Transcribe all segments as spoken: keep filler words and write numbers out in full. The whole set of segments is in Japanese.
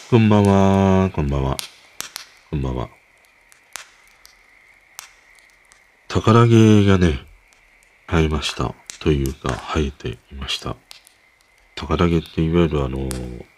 こんばんは、こんばんは、こんばんは。宝毛がね、生えました。というか、生えていました。宝毛っていわゆるあの、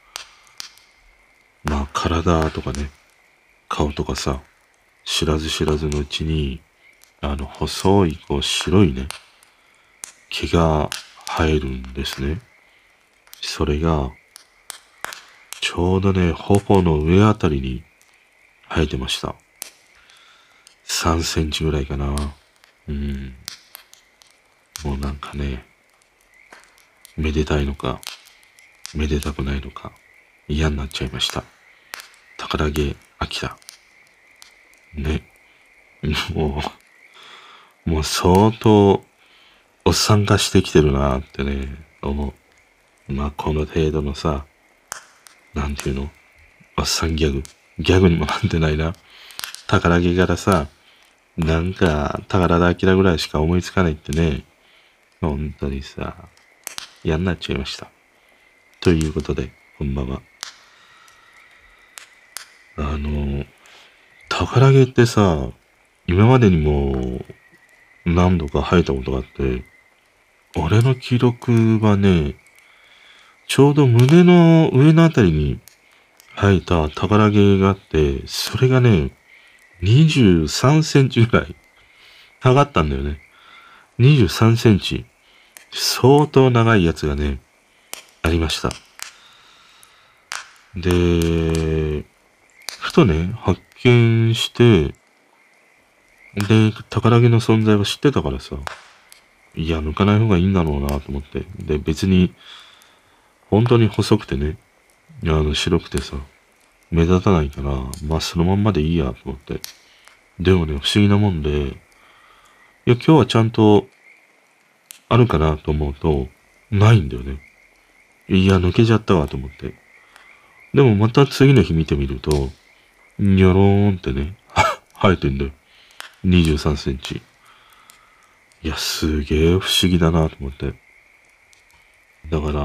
まあ、体とかね、顔とかさ、知らず知らずのうちに、あの、細い、こう、白いね、毛が生えるんですね。それが、ちょうどね、頬の上あたりに生えてました。さんセンチぐらいかな。うん。もうなんかね、めでたいのか、めでたくないのか、嫌になっちゃいました。宝毛明。ね。もう、もう相当、おっさん化してきてるなってね、思う。まあ、この程度のさ、なんていうの、おっさんギャグ。ギャグにもなってないな。宝毛からさ、なんか、宝田明ぐらいしか思いつかないってね、本当にさ、嫌になっちゃいました。ということで、こんばんは。あの、宝毛ってさ、今までにも何度か生えたことがあって、俺の記録はね、ちょうど胸の上のあたりに生えた宝毛があって、それがね、にじゅうさんセンチぐらい上がったんだよね。にじゅうさんセンチ。相当長いやつがね、ありました。で、ふとね、発見して、で、宝毛の存在は知ってたからさ、いや、抜かない方がいいんだろうなと思って。で、別に、本当に細くてね、あの、白くてさ、目立たないから、まあ、そのまんまでいいやと思って。でもね、不思議なもんで、いや、今日はちゃんと、あるかなと思うと、ないんだよね。いや、抜けちゃったわと思って。でもまた次の日見てみると、にょろーんってね、生えてんだよ。にじゅうさんセンチ。いや、すげえ不思議だなと思って。だから、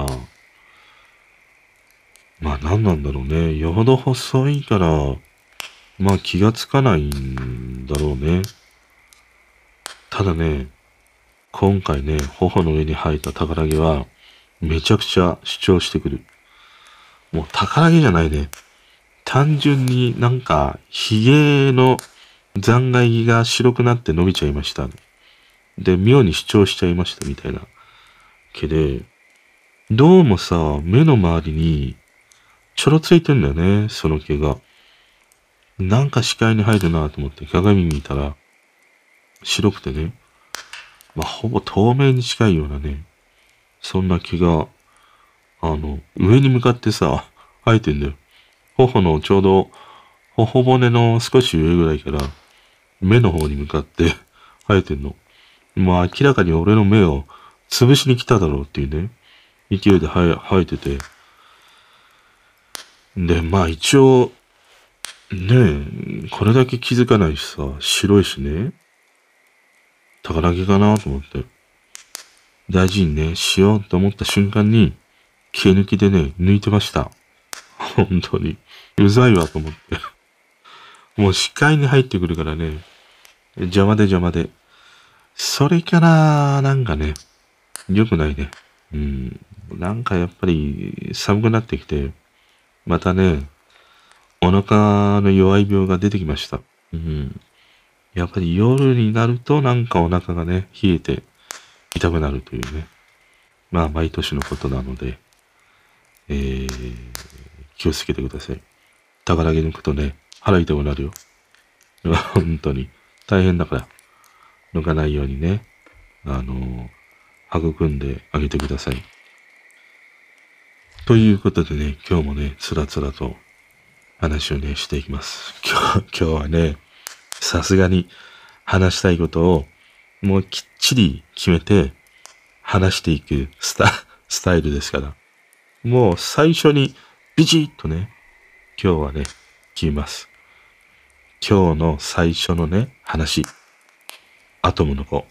まあ何なんだろうね。よほど細いから、まあ気がつかないんだろうね。ただね、今回ね、頬の上に生えた宝毛は、めちゃくちゃ主張してくる。もう宝毛じゃないね。単純になんか、髭の残骸が白くなって伸びちゃいました。で、妙に主張しちゃいましたみたいな毛で、どうもさ、目の周りにちょろついてんだよね、その毛が。なんか視界に入るなと思って鏡見たら、白くてね、まあ、ほぼ透明に近いようなね、そんな毛が、あの、上に向かってさ、生えてんだよ。頬のちょうど、頬骨の少し上ぐらいから、目の方に向かって生えてんの。まあ明らかに俺の目を潰しに来ただろうっていうね、勢いで生え生えてて。で、まあ一応、ねえ、これだけ気づかないしさ、白いしね、宝毛かなと思って。大事にね、しようと思った瞬間に、毛抜きでね、抜いてました。本当に。うざいわと思って。もう視界に入ってくるからね、邪魔で邪魔で。それから、なんかね、良くないね。うん。なんかやっぱり寒くなってきて、またね、お腹の弱い病が出てきました。うん。やっぱり夜になるとなんかお腹がね、冷えて痛くなるというね。まあ毎年のことなので、えー、気をつけてください。宝毛抜くとね、腹痛くなるよ。本当に。大変だから。抜かないようにね、あのー、育んであげてください。ということでね、今日もね、つらつらと話をね、していきます。今日、今日はね、さすがに話したいことをもうきっちり決めて話していくスタ、スタイルですから。もう最初にビチッとね、今日はね、決めます。今日の最初のね、話。アトムの子。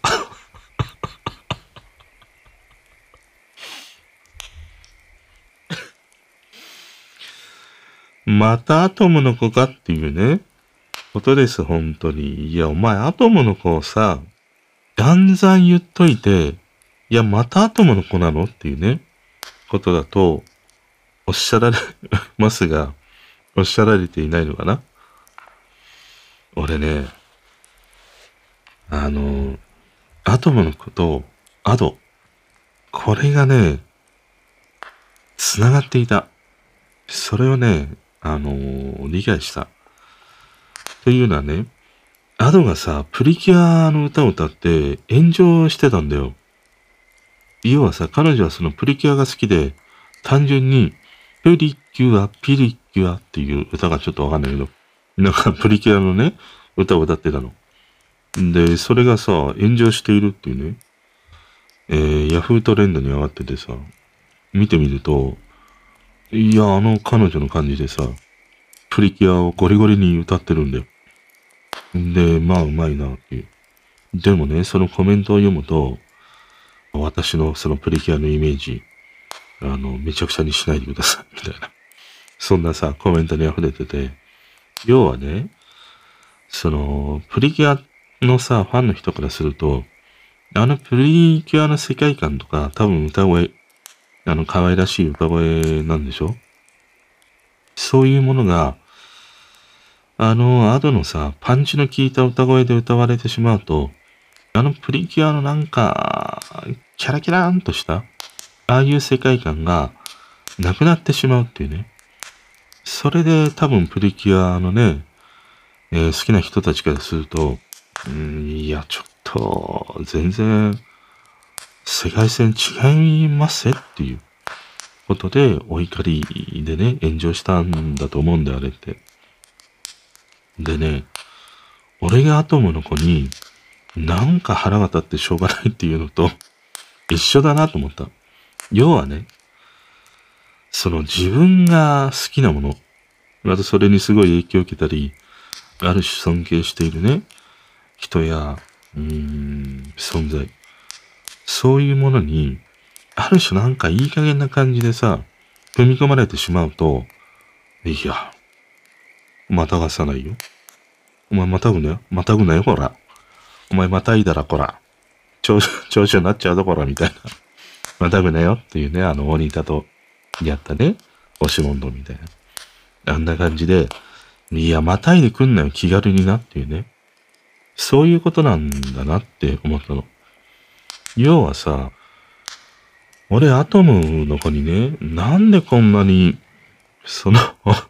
またアトムの子かっていうね、ことです、本当に。いや、お前アトムの子をさ、ガンザン言っといて、いや、またアトムの子なのっていうね、ことだと、おっしゃられますが、おっしゃられていないのかな。俺ね、あの、アトムの子とアド、これがね、繋がっていた。それをね、あのー理解した。というのはね、アドがさ、プリキュアの歌を歌って炎上してたんだよ。要はさ、彼女はそのプリキュアが好きで、単純に、プリキュア、ピリキュアっていう歌がちょっとわかんないけど、なんかプリキュアのね、歌を歌ってたの。で、それがさ、炎上しているっていうね、えー、ヤフートレンドに上がっててさ、見てみると、いや、あの彼女の感じでさ、プリキュアをゴリゴリに歌ってるんだよ。で、まあ、うまいなっていう。でもね、そのコメントを読むと、私のそのプリキュアのイメージ、あの、めちゃくちゃにしないでください、みたいな。そんなさ、コメントに溢れてて、要はね、その、プリキュアのさ、ファンの人からすると、あのプリキュアの世界観とか、多分歌声、あの、可愛らしい歌声なんでしょ？そういうものが、あの、アドのさ、パンチの効いた歌声で歌われてしまうと、あのプリキュアのなんか、キャラキャラーンとした、ああいう世界観がなくなってしまうっていうね。それで多分プリキュアのね、えー好きな人たちからすると、うーん、いや、ちょっと、全然、世界線違いますっていうことで、お怒りでね、炎上したんだと思うんだよ、あれって。でね、俺がアトムの子に、なんか腹が立ってしょうがないっていうのと、一緒だなと思った。要はね、その自分が好きなもの、またそれにすごい影響を受けたり、ある種尊敬しているね、人や、うーん、存在。そういうものに、ある種なんかいい加減な感じでさ、踏み込まれてしまうと、いや、またがさないよ。お前またぐなよ。またぐなよ、ほら。お前またいだら、こら。調子、調子になっちゃうぞ、こら、みたいな。またぐなよっていうね、あの、鬼田とやったね、押し問答みたいな。あんな感じで、いや、またいでくんなよ、気軽になっていうね。そういうことなんだなって思ったの。要はさ、俺アトムの子にね、なんでこんなに、その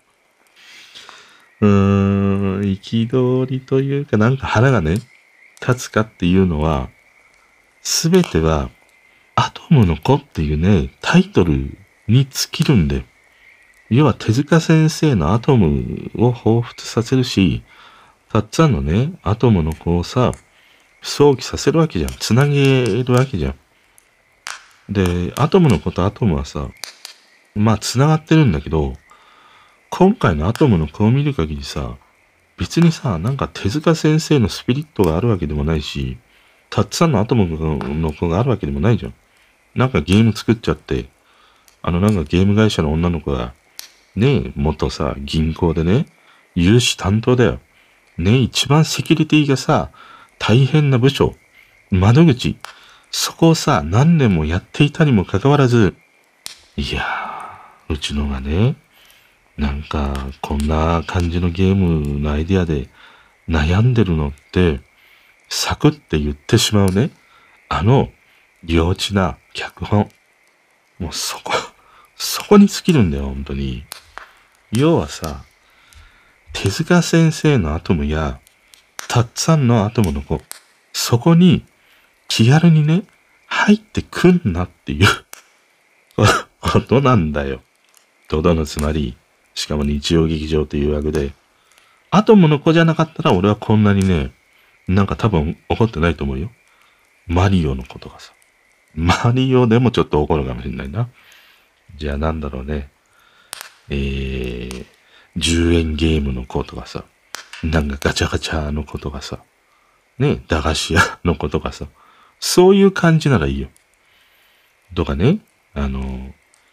うーん、憤りというかなんか腹がね、立つかっていうのは、すべては、アトムの子っていうね、タイトルに尽きるんだよ。要は手塚先生のアトムを彷彿させるし、たっつぁんのね、アトムの子をさ、想起させるわけじゃん。つなげるわけじゃん。で、アトムの子とアトムはさ、まあ繋がってるんだけど、今回のアトムの子を見る限りさ、別にさ、なんか手塚先生のスピリットがあるわけでもないし、たっつぁんのアトムの子があるわけでもないじゃん。なんかゲーム作っちゃって、あのなんかゲーム会社の女の子が、ねえ、元さ、銀行でね、融資担当だよ。ねえ、一番セキュリティがさ、大変な部署、窓口、そこをさ、何年もやっていたにもかかわらず、いやー、うちのがね、なんか、こんな感じのゲームのアイディアで悩んでるのって、サクって言ってしまうね。あの、幼稚な脚本。もうそこ、そこに尽きるんだよ、本当に。要はさ、手塚先生のアトムや、たっつぁんのアトムの子、そこに気軽にね、入ってくんなっていうことなんだよ。とどのつまり、しかも日曜劇場という枠で、アトムの子じゃなかったら俺はこんなにね、なんか多分怒ってないと思うよ。マリオの子とかさ。マリオでもちょっと怒るかもしれないな。じゃあなんだろうね。えー、じゅうえんゲームの子とかさ。なんかガチャガチャの子とかさ。ね、駄菓子屋の子とかさ。そういう感じならいいよ。とかね、あの、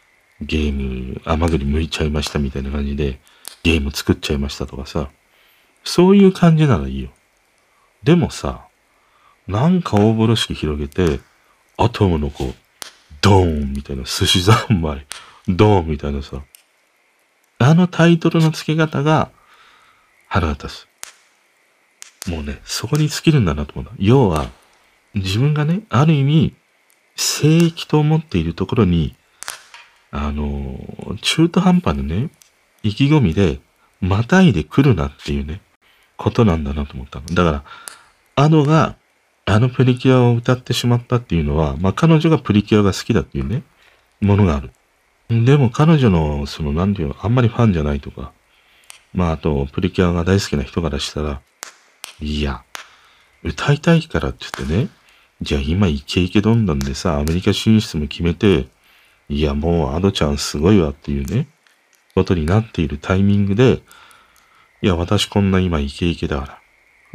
ゲーム、甘栗剥いちゃいましたみたいな感じで、ゲーム作っちゃいましたとかさ、そういう感じならいいよ。でもさ、なんか大風呂敷広げて、アトムのこう、ドーンみたいな、寿司三昧、ドーンみたいなさ、あのタイトルの付け方が腹立つ。もうね、そこに尽きるんだなと思った。要は、自分がね、ある意味、聖域と思っているところに、あのー、中途半端なね、意気込みで、またいで来るなっていうね、ことなんだなと思ったの。だから、アドが、あのプリキュアを歌ってしまったっていうのは、まあ、彼女がプリキュアが好きだっていうね、ものがある。でも彼女の、その、なんていうの、あんまりファンじゃないとか、まあ、あと、プリキュアが大好きな人からしたら、いや、歌いたいからって言ってね、じゃあ今イケイケどんどんでさ、アメリカ進出も決めて、いやもうアドちゃんすごいわっていうね、ことになっているタイミングで、いや私こんな今イケイケだから、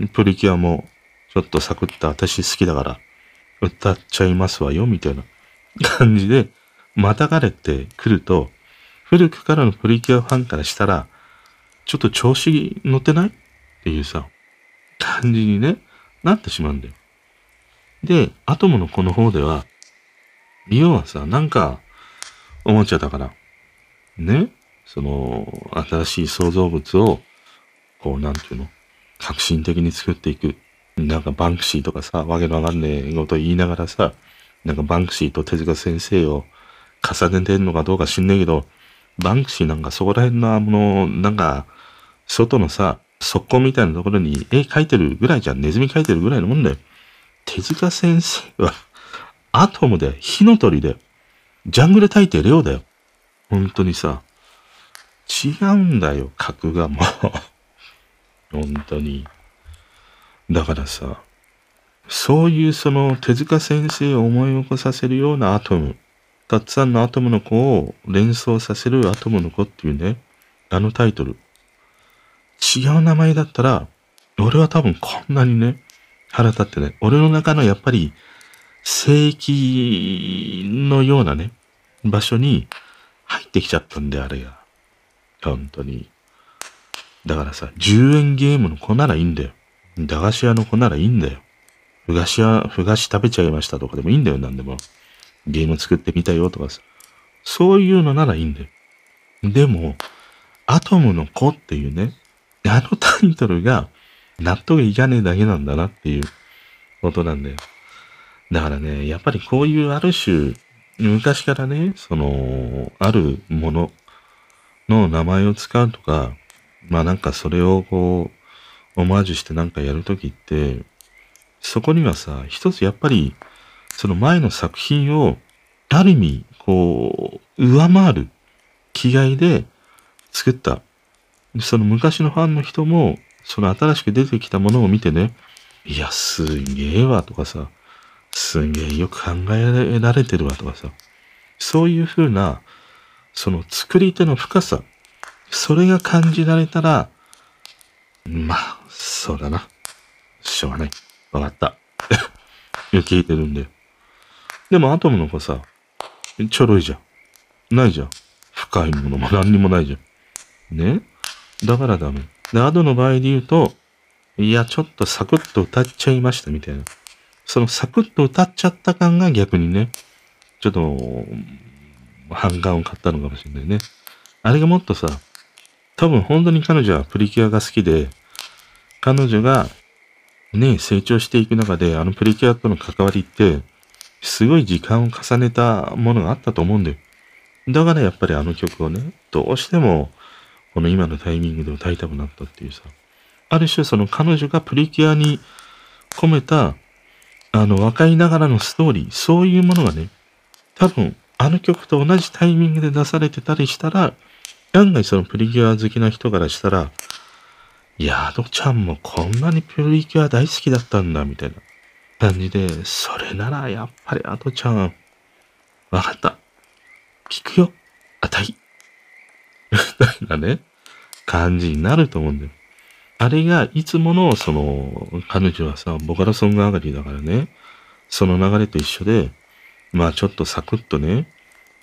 プリキュアもちょっとサクッと私好きだから、歌っちゃいますわよ、みたいな感じで、またがれてくると、古くからのプリキュアファンからしたら、ちょっと調子乗ってないっていうさ、感じにね、なってしまうんだよ。で、アトムの子の方では、要はさ、なんか、おもちゃだから、ね、その、新しい創造物を、こう、なんていうの、革新的に作っていく。なんかバンクシーとかさ、わけのわかんねえこと言いながらさ、なんかバンクシーと手塚先生を重ねてんのかどうか知んねえけど、バンクシーなんかそこら辺のあの、なんか、外のさ、側溝みたいなところに絵描いてるぐらいじゃん。ネズミ描いてるぐらいのもんだよ。手塚先生は、アトムで火の鳥で、ジャングル大帝レオだよ。本当にさ、違うんだよ、格がもう。本当に。だからさ、そういうその手塚先生を思い起こさせるようなアトム、たくさんのアトムの子を連想させるアトムの子っていうね、あのタイトル。違う名前だったら、俺は多分こんなにね、腹立ってね、俺の中のやっぱり聖域のようなね、場所に入ってきちゃったんで、あれが。本当に。だからさ、じゅうえんゲームの子ならいいんだよ。駄菓子屋の子ならいいんだよ。ふがし屋、ふがし食べちゃいましたとかでもいいんだよ、なんでも。ゲーム作ってみたよとかさ。そういうのならいいんだよ。でも、アトムの子っていうね、あのタイトルが納得いかねえだけなんだなっていうことなんだよ。だからね、やっぱりこういうある種、昔からね、その、あるものの名前を使うとか、まあなんかそれをこう、オマージュしてなんかやるときって、そこにはさ、一つやっぱり、その前の作品を、ある意味、こう、上回る気概で作った。その昔のファンの人も、その新しく出てきたものを見てね、いや、すんげえわとかさ、すんげえよく考えられてるわとかさ、そういう風な、その作り手の深さ、それが感じられたら、まあ、そうだな。しょうがない。わかった。受け入れてるんで。でもアトムの子さ、ちょろいじゃん。ないじゃん。深いものも何にもないじゃん。ね。だからダメ。で、アドの場合で言うと、いや、ちょっとサクッと歌っちゃいましたみたいな。そのサクッと歌っちゃった感が逆にね、ちょっと、反感を買ったのかもしれないね。あれがもっとさ、多分本当に彼女はプリキュアが好きで、彼女がね、成長していく中で、あのプリキュアとの関わりって、すごい時間を重ねたものがあったと思うんだよ。だからやっぱりあの曲をね、どうしても、この今のタイミングで歌いたくなったっていうさ。ある種その彼女がプリキュアに込めた、あの若いながらのストーリー、そういうものがね、多分あの曲と同じタイミングで出されてたりしたら、案外そのプリキュア好きな人からしたら、いや、アドちゃんもこんなにプリキュア大好きだったんだ、みたいな感じで、それならやっぱりアドちゃん、わかった。聞くよ。あたい。みたいなね、感じになると思うんだよ。あれがいつもの、その、彼女はさ、ボカロソング上がりだからね、その流れと一緒で、まあちょっとサクッとね、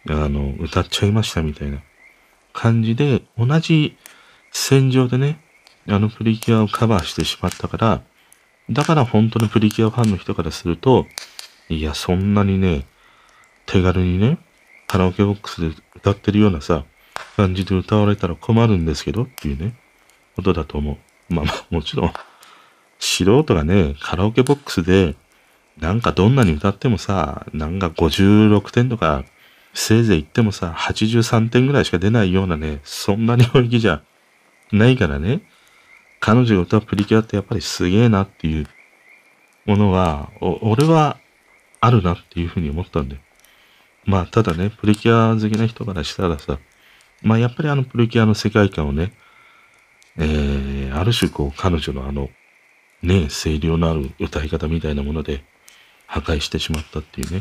あの、歌っちゃいましたみたいな感じで、同じ戦場でね、あのプリキュアをカバーしてしまったから、だから本当のプリキュアファンの人からすると、いや、そんなにね、手軽にね、カラオケボックスで歌ってるようなさ、感じで歌われたら困るんですけどっていうね、ことだと思う。まあまあ、もちろん、素人がね、カラオケボックスで、なんかどんなに歌ってもさ、なんかごじゅうろくてんとか、せいぜい言ってもさ、はちじゅうさんてんぐらいしか出ないようなね、そんなに本気じゃないからね、彼女が歌うプリキュアってやっぱりすげえなっていうものは、お俺はあるなっていうふうに思ったんで。まあ、ただね、プリキュア好きな人からしたらさ、まあやっぱりあのプリキュアの世界観をね、えー、ある種こう彼女のあの、ね、声量のある歌い方みたいなもので破壊してしまったっていうね。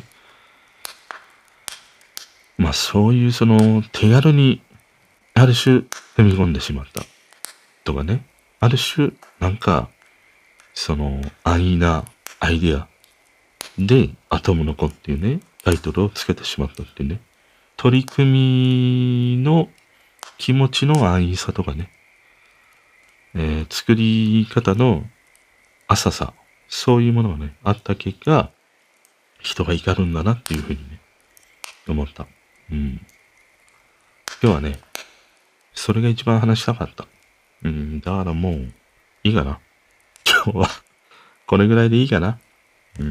まあそういうその手軽にある種踏み込んでしまったとかね。ある種なんかその安易なアイデアでアトムの子っていうね、タイトルをつけてしまったっていうね。取り組みの気持ちの安易さとかね。えー、作り方の浅さ、そういうものがね、あった結果、人が怒るんだなっていうふうにね、思った。うん。今日はね、それが一番話したかった。うん、だからもう、いいかな。今日はこれぐらいでいいかな。うん、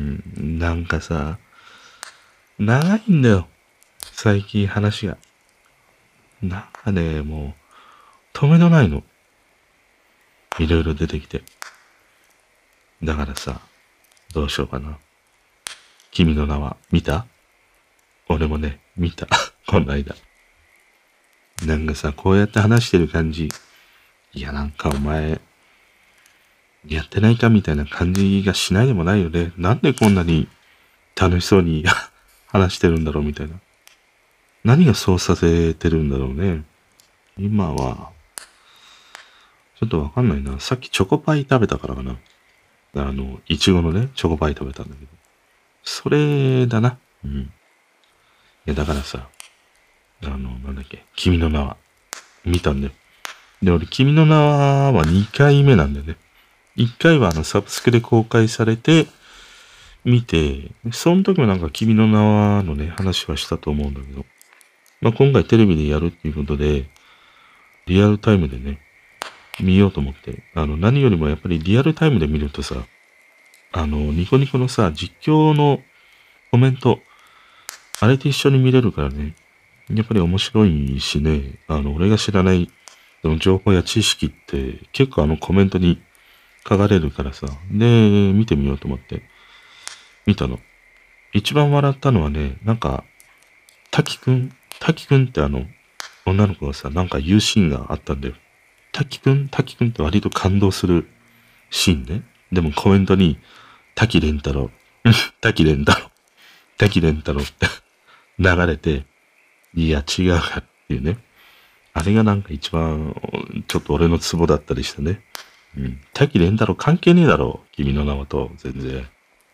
なんかさ、長いんだよ。最近話が。なんかね、もう、止めのないの。いろいろ出てきて。だからさ、どうしようかな。君の名は見た？俺もね、見た。この間。なんかさ、こうやって話してる感じ。いや、なんかお前、やってないかみたいな感じがしないでもないよね。なんでこんなに楽しそうに話してるんだろうみたいな。何がそうさせてるんだろうね。今は、ちょっとわかんないな。さっきチョコパイ食べたからかな。あの、いちごのね、チョコパイ食べたんだけど。それだな。うん。いや、だからさ、あの、なんだっけ、君の名は、見たんだよ。で、俺、君の名はにかいめなんだよね。いっかいはあの、サブスクで公開されて、見て、その時もなんか君の名はのね、話はしたと思うんだけど、まあ、今回テレビでやるっていうことで、リアルタイムでね、見ようと思って、あの、何よりもやっぱりリアルタイムで見るとさ、あの、ニコニコのさ、実況のコメント、あれと一緒に見れるからね、やっぱり面白いしね、あの、俺が知らないその情報や知識って結構あのコメントに書かれるからさ、で、見てみようと思って、見たの。一番笑ったのはね、なんか、滝くん、滝くんってあの、女の子がさ、なんか言うシーンがあったんだよ。滝くん、滝くんって割と感動するシーンね。でもコメントに、滝蓮太郎、滝蓮太郎、滝蓮太郎って流れて、いや違うからっていうね。あれがなんか一番、ちょっと俺のツボだったりしてね。うん。滝蓮太郎関係ねえだろ。君の名はと、全然。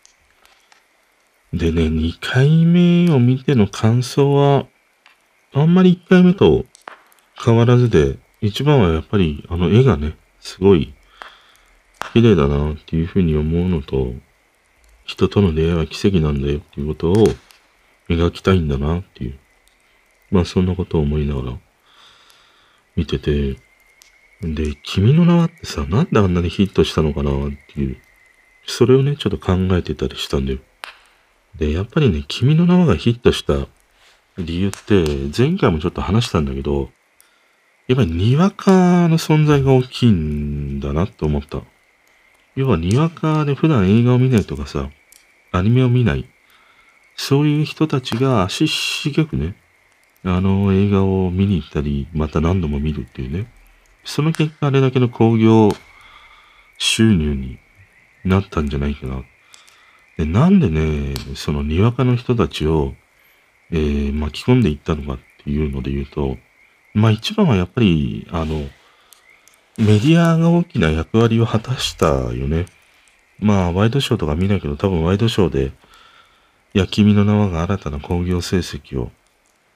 でね、にかいめを見ての感想は、あんまりいっかいめと変わらずで、一番はやっぱりあの絵がね、すごい綺麗だなっていうふうに思うのと、人との出会いは奇跡なんだよっていうことを描きたいんだなっていう。まあそんなことを思いながら見てて、で、君の名はってさ、なんであんなにヒットしたのかなっていう、それをね、ちょっと考えてたりしたんだよ。で、やっぱりね、君の名はがヒットした理由って、前回もちょっと話したんだけど、やっぱりにわかの存在が大きいんだなって思った。要はにわかで普段映画を見ないとかさ、アニメを見ない、そういう人たちが足しげくね、あの映画を見に行ったり、また何度も見るっていうね。その結果あれだけの興行収入になったんじゃないかな。で、なんでね、そのにわかの人たちを、えー、巻き込んでいったのかっていうので言うと、まあ一番はやっぱり、あの、メディアが大きな役割を果たしたよね。まあ、ワイドショーとか見ないけど、多分ワイドショーで、いや、君の名はが新たな興行成績を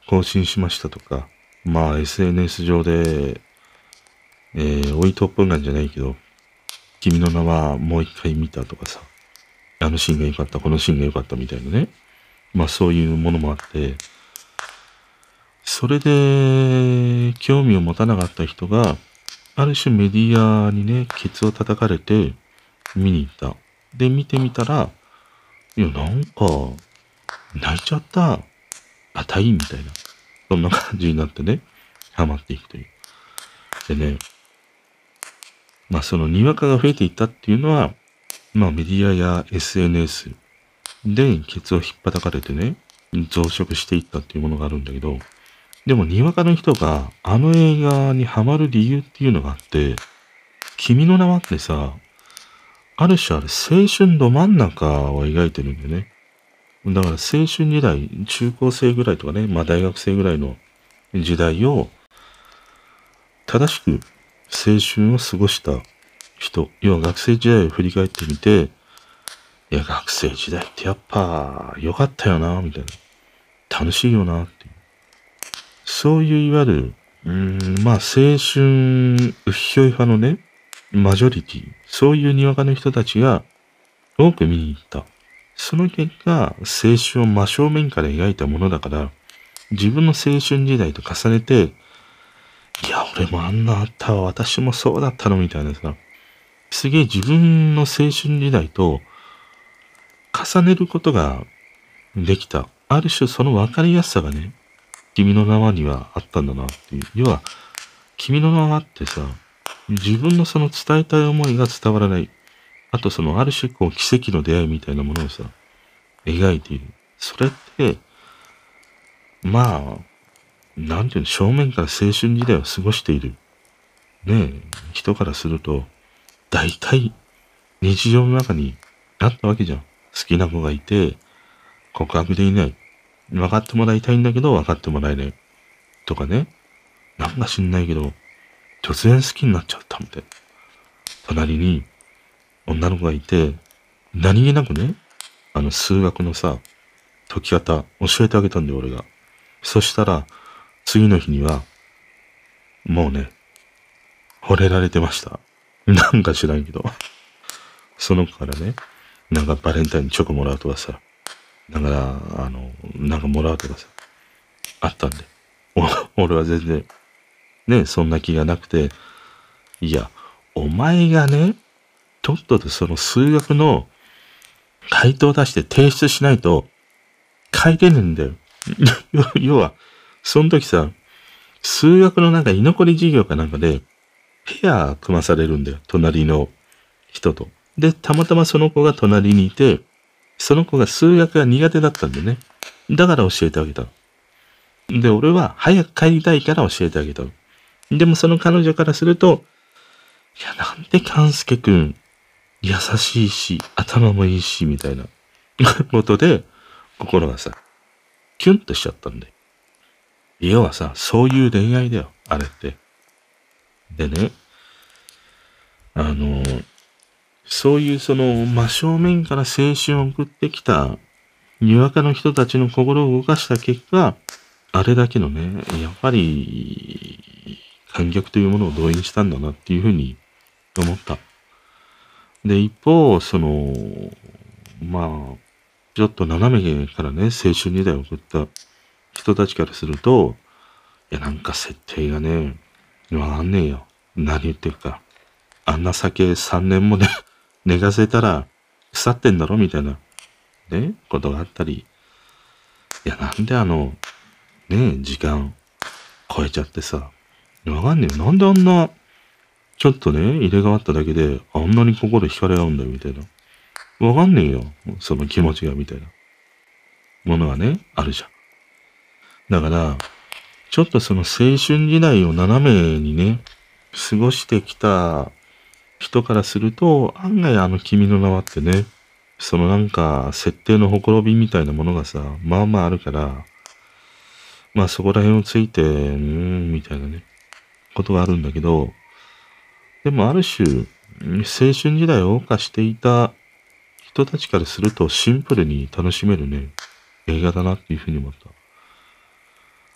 更新しましたとか、まあ エスエヌエス 上で、えー、追いトップガンじゃないけど、君の名はもう一回見たとかさ、あのシーンが良かった、このシーンが良かったみたいなね。まあそういうものもあって、それで興味を持たなかった人が、ある種メディアにね、ケツを叩かれて見に行った。で、見てみたら、いや、なんか、泣いちゃった。あたいみたいな。そんな感じになってね、ハマっていくという。でね、まあそのにわかが増えていったっていうのは、まあメディアや エスエヌエス でケツを引っ叩かれてね、増殖していったっていうものがあるんだけど、でもにわかの人があの映画にハマる理由っていうのがあって、君の名はってさ、ある種あれ青春ど真ん中を描いてるんだよね。だから青春時代、中高生ぐらいとかね、まあ大学生ぐらいの時代を正しく青春を過ごした人、要は学生時代を振り返ってみて、いや学生時代ってやっぱ良かったよな、みたいな。楽しいよな、っていう。そういういわゆる、うーん、まあ青春、うっひょい派のね、マジョリティ、そういうにわかの人たちが多く見に行った。その結果、青春を真正面から描いたものだから、自分の青春時代と重ねて、いや、俺もあんなあったわ、私もそうだったの、みたいなさ、すげえ自分の青春時代と重ねることができた。ある種その分かりやすさがね、君の名はにはあったんだなっていう。要は、君の名はってさ、自分のその伝えたい思いが伝わらない。あとそのある種こう奇跡の出会いみたいなものをさ、描いている。それって、まあ、なんていうの、正面から青春時代を過ごしている。ねえ、人からすると、大体、日常の中にあったわけじゃん。好きな子がいて、告白でいない。分かってもらいたいんだけど、分かってもらえない。とかね。なんか知んないけど、突然好きになっちゃったみたいな。隣に女の子がいて、何気なくね、あの数学のさ、解き方教えてあげたんだよ、俺が。そしたら、次の日には、もうね、惚れられてました。なんか知らんけど。その子からね、なんかバレンタインにチョコもらうとかさ、だから、あの、なんかもらうとかさ、あったんで。お俺は全然、ね、そんな気がなくて、いや、お前がね、とっととその数学の回答を出して提出しないと、書いてねえんだよ。要は、その時さ、数学のなんか居残り授業かなんかで、ペア組まされるんだよ。隣の人と。で、たまたまその子が隣にいて、その子が数学が苦手だったんだよね。だから教えてあげた。で、俺は早く帰りたいから教えてあげた。でもその彼女からすると、いや、なんで勘介くん、優しいし、頭もいいし、みたいなことで、心がさ、キュンとしちゃったんだよ。要はさ、そういう恋愛だよ、あれって。でね、あの、そういうその真正面から青春を送ってきた、にわかの人たちの心を動かした結果、あれだけのね、やっぱり、観客というものを動員したんだなっていうふうに思った。で、一方、その、まあ、ちょっと斜めからね、青春時代を送った人たちからすると、いや、なんか設定がね、わかんねえよ。何言ってるか。あんな酒さんねんもね、寝かせたら腐ってんだろみたいな、ね、ことがあったり。いや、なんであの、ね、時間超えちゃってさ、わかんねえよ。なんであんな、ちょっとね、入れ替わっただけで、あんなに心惹かれ合うんだよ、みたいな。わかんねえよ。その気持ちが、みたいな。ものがね、あるじゃん。だから、ちょっとその青春時代を斜めにね、過ごしてきた人からすると、案外あの君の名はってね、そのなんか設定のほころびみたいなものがさ、まあまああるから、まあそこら辺をついて、うーん、みたいなね、ことがあるんだけど、でもある種、青春時代を謳歌していた人たちからするとシンプルに楽しめるね、映画だなっていうふうに思った。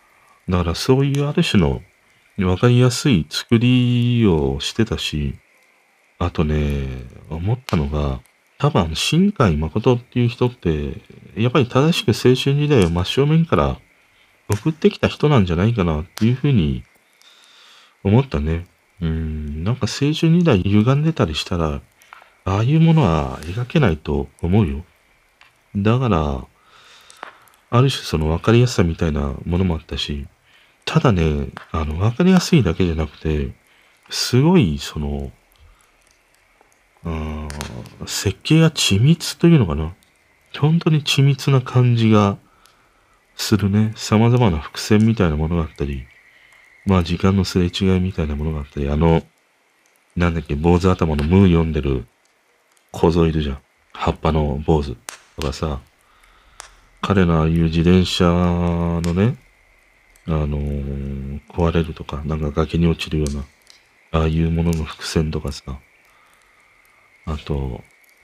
だからそういうある種のわかりやすい作りをしてたし、あとね、思ったのが、多分あの、新海誠っていう人って、やっぱり正しく青春時代を真正面から送ってきた人なんじゃないかなっていうふうに思ったね。うーん、なんか青春時代歪んでたりしたら、ああいうものは描けないと思うよ。だから、ある種その分かりやすさみたいなものもあったし、ただね、あの、分かりやすいだけじゃなくて、すごい、その、あー設計が緻密というのかな。本当に緻密な感じがするね。様々な伏線みたいなものがあったり、まあ時間のすれ違いみたいなものがあったり、あの、なんだっけ、坊主頭のムー読んでる小僧いるじゃん。葉っぱの坊主とかさ、彼のああいう自転車のね、あのー壊れるとか、なんか崖に落ちるような、ああいうものの伏線とかさ、あと、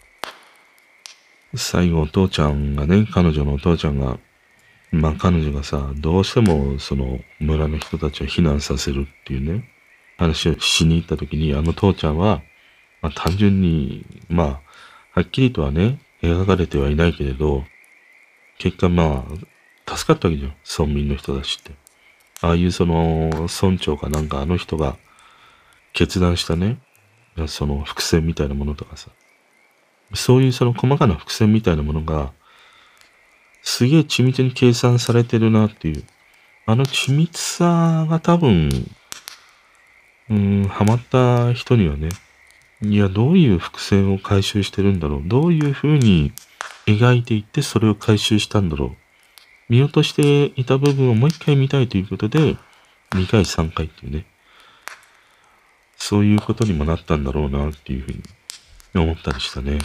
最後お父ちゃんがね、彼女のお父ちゃんが、まあ彼女がさ、どうしてもその村の人たちを避難させるっていうね、話をしに行った時に、あの父ちゃんは、まあ単純に、まあ、はっきりとはね、描かれてはいないけれど、結果まあ、助かったわけじゃん。村民の人たちって。ああいうその、村長かなんかあの人が決断したね、その伏線みたいなものとかさ、そういうその細かな伏線みたいなものが、すげえ緻密に計算されてるなっていう。あの緻密さが多分、うーん、ハマった人にはね、いや、どういう伏線を回収してるんだろう。どういう風に描いていってそれを回収したんだろう。見落としていた部分をもう一回見たいということで、にかいさんかいっていうね、そういうことにもなったんだろうなっていう風に思ったりしたね。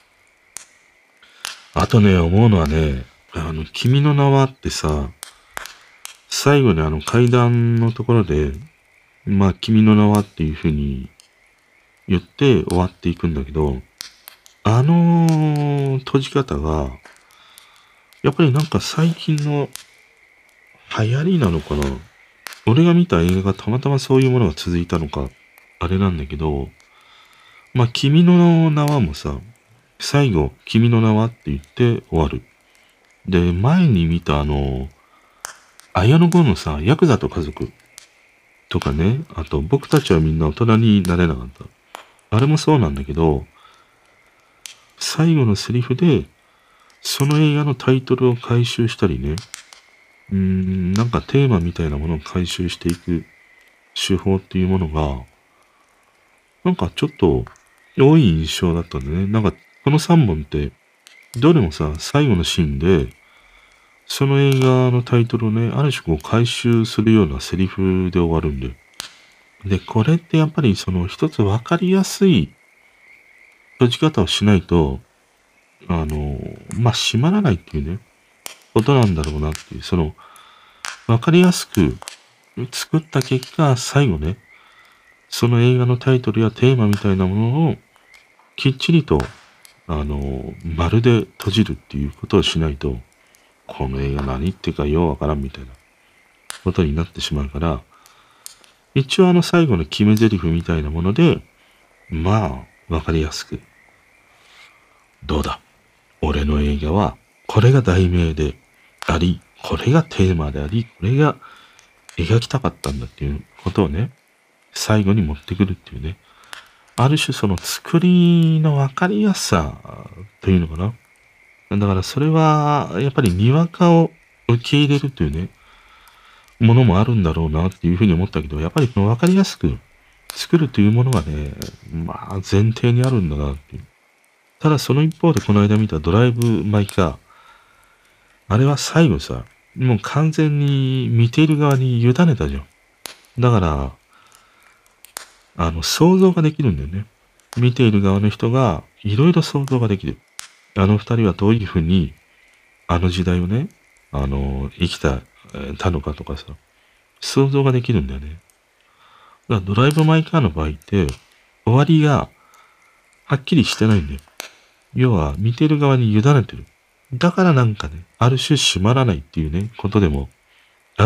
あとね、思うのはね、あの、君の名はってさ、最後にあの階段のところで、まあ、君の名はっていう風に言って終わっていくんだけど、あの閉じ方が、やっぱりなんか最近の流行りなのかな。俺が見た映画がたまたまそういうものが続いたのか、あれなんだけど、まあ、君の名はもさ、最後、君の名はって言って終わる。で、前に見たあの、綾野剛のさ、ヤクザと家族とかね、あと僕たちはみんな大人になれなかった。あれもそうなんだけど、最後のセリフで、その映画のタイトルを回収したりね、うーん、なんかテーマみたいなものを回収していく手法っていうものが、なんかちょっと多い印象だったんでね。なんかこのさんぼんって、どれもさ、最後のシーンで、その映画のタイトルをね、ある種こう回収するようなセリフで終わるんで。で、これってやっぱりその一つわかりやすい閉じ方をしないと、あの、まあ、閉まらないっていうね、ことなんだろうなっていう、その、わかりやすく作った結果、最後ね、その映画のタイトルやテーマみたいなものをきっちりと、あの、まるで閉じるっていうことをしないと、この映画何言ってかようわからんみたいなことになってしまうから、一応あの最後の決め台詞みたいなもので、まあ、わかりやすく、どうだ、俺の映画は、これが題名であり、これがテーマであり、これが描きたかったんだっていうことをね、最後に持ってくるっていうね。ある種その作りの分かりやすさというのかな。だからそれは、やっぱりにわかを受け入れるというね、ものもあるんだろうなっていうふうに思ったけど、やっぱり分かりやすく作るというものがね、まあ前提にあるんだなっていう。ただその一方でこの間見たドライブ・マイ・カー。あれは最後さ、もう完全に見ている側に委ねたじゃん。だから、あの、想像ができるんだよね。見ている側の人が、いろいろ想像ができる。あの二人はどういうふうに、あの時代をね、あの、生きた、えーたのかとかさ、想像ができるんだよね。だからドライブ・マイ・カーの場合って、終わりが、はっきりしてないんだよ。要は、見ている側に委ねてる。だからなんかね、ある種閉まらないっていうね、ことでもあるんで。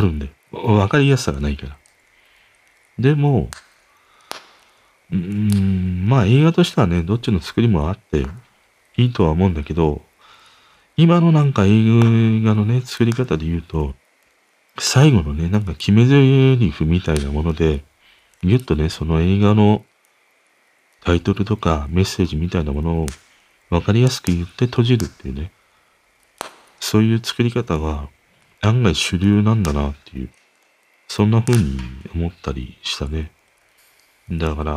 わかりやすさがないから。でも、うーん、まあ映画としてはね、どっちの作りもあっていいとは思うんだけど、今のなんか映画のね、作り方で言うと、最後のね、なんか決め台詞みたいなもので、ぎゅっとね、その映画のタイトルとかメッセージみたいなものをわかりやすく言って閉じるっていうね、そういう作り方が案外主流なんだなっていう、そんな風に思ったりしたね。だから、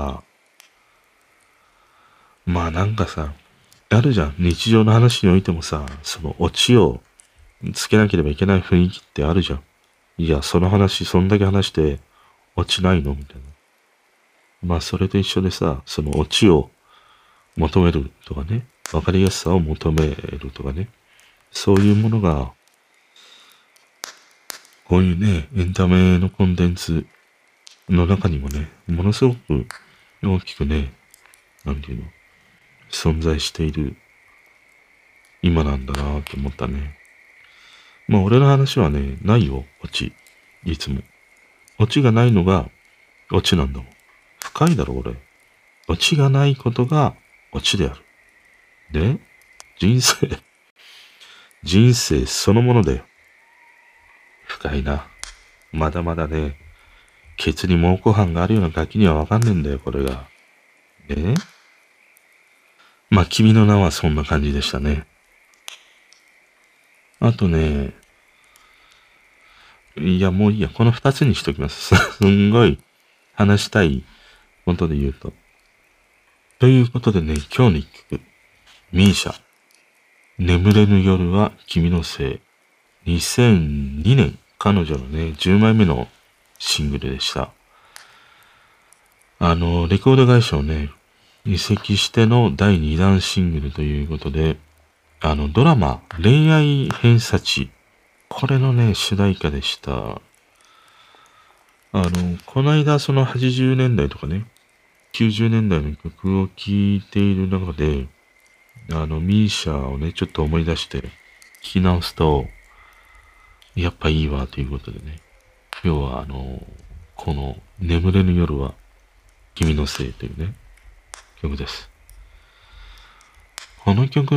まあなんかさ、あるじゃん。日常の話においてもさ、そのオチをつけなければいけない雰囲気ってあるじゃん。いや、その話、そんだけ話してオチないのみたいな。まあそれと一緒でさ、そのオチを求めるとかね、わかりやすさを求めるとかね、そういうものが、こういうね、エンタメのコンテンツの中にもね、ものすごく大きくね、なんていうの、存在している今なんだなと思ったね。まあ俺の話はね、ないよ、オチ。いつも。オチがないのがオチなんだもん。深いだろ、俺。オチがないことがオチである。で、人生、人生そのものだよ。深いな。まだまだね、ケツに蒙古斑があるようなガキにはわかんねえんだよ、これが。で、まあ君の名はそんな感じでしたね。あとね、いやもういいや、この二つにしときます。すんごい話したいことで言うと。ということでね、今日の一曲。ミーシャ。眠れぬ夜は君のせい。にせんにねん、彼女のね、じゅうまいめのシングルでした。あの、レコード会社をね、移籍してのだいにだんシングルということで、あの、ドラマ、恋愛偏差値。これのね、主題歌でした。あの、この間、そのはちじゅうねんだいとかね、きゅうじゅうねんだいの曲を聴いている中で、あの、ミーシャをね、ちょっと思い出して、聴き直すと、やっぱいいわ、ということでね。今日は、あの、この、眠れぬ夜は、君のせいというね、曲です。この曲って、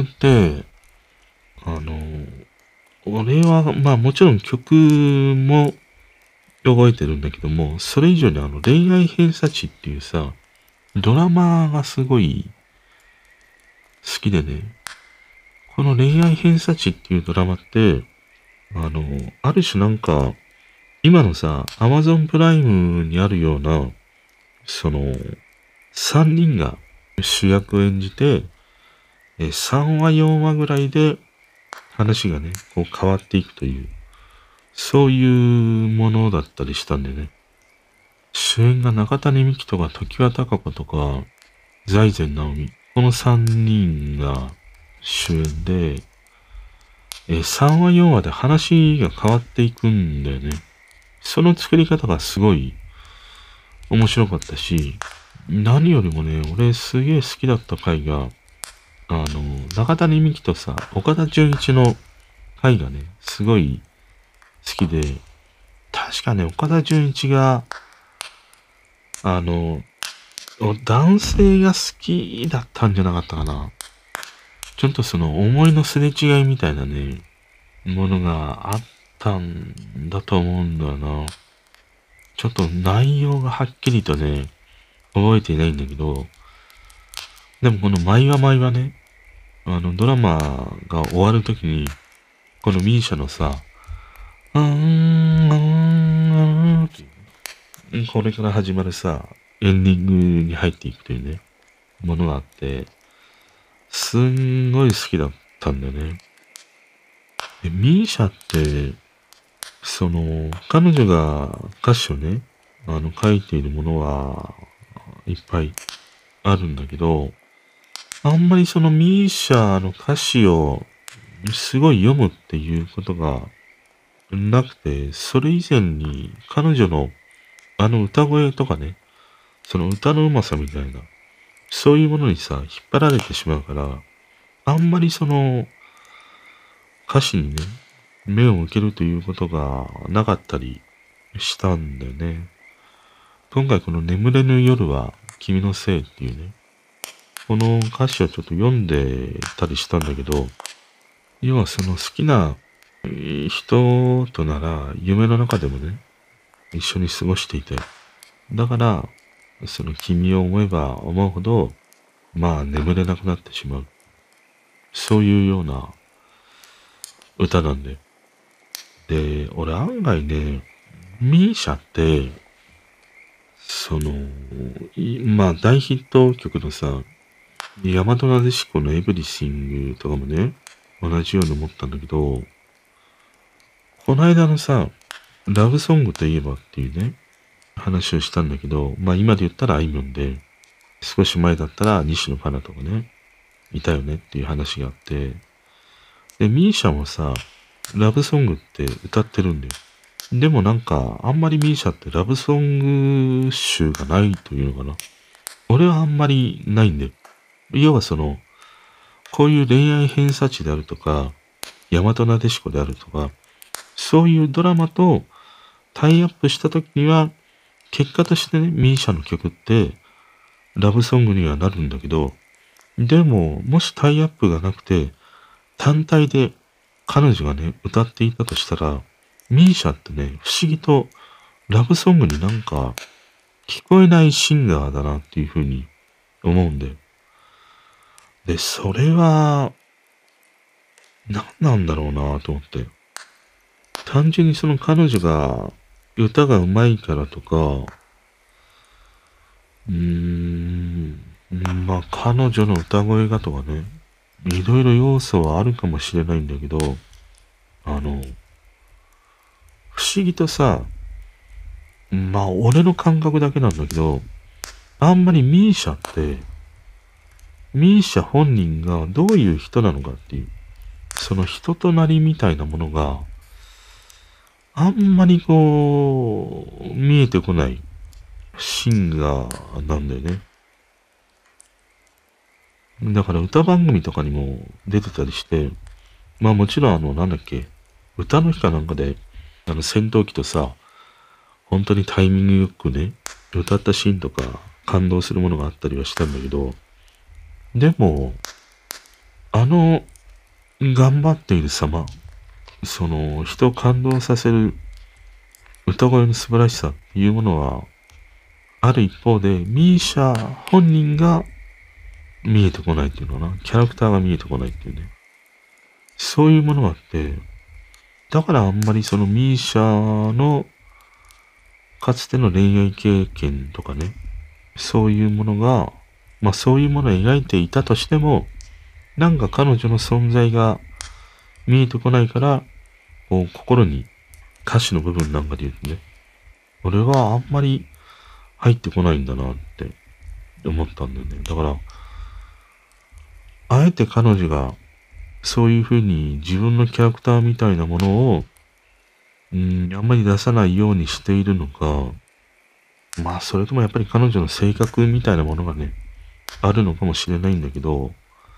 あの、俺は、まあもちろん曲も覚えてるんだけども、それ以上にあの、恋愛偏差値っていうさ、ドラマがすごい好きでね、この恋愛偏差値っていうドラマって、あの、ある種なんか、今のさ、アマゾンプライムにあるような、その、三人が主役を演じて、え、さんわよんわぐらいで話がね、こう変わっていくという、そういうものだったりしたんでね。主演が中谷美紀とか常盤貴子とか、財前直美。このさんにんが主演で、え、さんわよんわで話が変わっていくんだよね。その作り方がすごい面白かったし、何よりもね、俺すげえ好きだった回が、あの、中谷美紀とさ、岡田准一の回がね、すごい好きで、確かね、岡田准一が、あの、男性が好きだったんじゃなかったかな。ちょっとその思いのすれ違いみたいなね、ものがあったんだと思うんだよな。ちょっと内容がはっきりとね、覚えていないんだけど、でもこの毎話毎話ね、あのドラマが終わるときに、このミーシャのさ、あーん、あーん、あーんっていう、これから始まるさ、エンディングに入っていくというね、ものがあって、すんごい好きだったんだよね。で、ミーシャって、その、彼女が歌詞をね、あの、書いているものはいっぱいあるんだけど、あんまりそのミーシャの歌詞をすごい読むっていうことがなくて、それ以前に彼女のあの歌声とかね、その歌のうまさみたいな、そういうものにさ、引っ張られてしまうから、あんまりその歌詞にね、目を向けるということがなかったりしたんだよね。今回この眠れぬ夜は君のせいっていうね、この歌詞をちょっと読んでたりしたんだけど、要はその好きな人となら夢の中でもね、一緒に過ごしていて、だから、その君を思えば思うほど、まあ眠れなくなってしまう。そういうような歌なんで。で、俺案外ね、ミーシャって、その、まあ大ヒット曲のさ、大和なでしこのエブリシングとかもね、同じように思ったんだけど、この間のさ、ラブソングといえばっていうね、話をしたんだけど、まあ今で言ったらあいみょんで、少し前だったら西野カナとかね、いたよねっていう話があって、で、ミーシャもさ、ラブソングって歌ってるんだよ。でもなんか、あんまりミーシャってラブソング集がないというのかな。俺はあんまりないんだよ。要はその、こういう恋愛偏差値であるとか、大和なでしこであるとか、そういうドラマとタイアップした時には、結果としてね、ミーシャの曲って、ラブソングにはなるんだけど、でも、もしタイアップがなくて、単体で彼女がね、歌っていたとしたら、ミーシャってね、不思議とラブソングになんか聞こえないシンガーだなっていうふうに思うんだよ。で、それは、何なんだろうなと思って。単純にその彼女が歌が上手いからとか、うーん、まあ彼女の歌声がとかね、いろいろ要素はあるかもしれないんだけど、あの、不思議とさ、まあ俺の感覚だけなんだけど、あんまりミーシャって、ミーシャ本人がどういう人なのかっていう、その人となりみたいなものが、あんまりこう、見えてこないシンガーなんだよね。だから歌番組とかにも出てたりして、まあもちろんあの、なんだっけ、歌の日かなんかで、あの戦闘機とさ、本当にタイミングよくね、歌ったシーンとか感動するものがあったりはしたんだけど、でも、あの、頑張っている様、その、人を感動させる歌声の素晴らしさっていうものは、ある一方で、ミーシャ本人が見えてこないっていうのかな。キャラクターが見えてこないっていうね。そういうものがあって、だからあんまりそのミーシャのかつての恋愛経験とかね、そういうものが、まあそういうものを描いていたとしても、なんか彼女の存在が見えてこないから、こう心に歌詞の部分なんかで言うとね、俺はあんまり入ってこないんだなって思ったんだよね。だから、あえて彼女がそういう風に自分のキャラクターみたいなものを、うん、あんまり出さないようにしているのか、まあそれともやっぱり彼女の性格みたいなものがね、あるのかもしれないんだけど、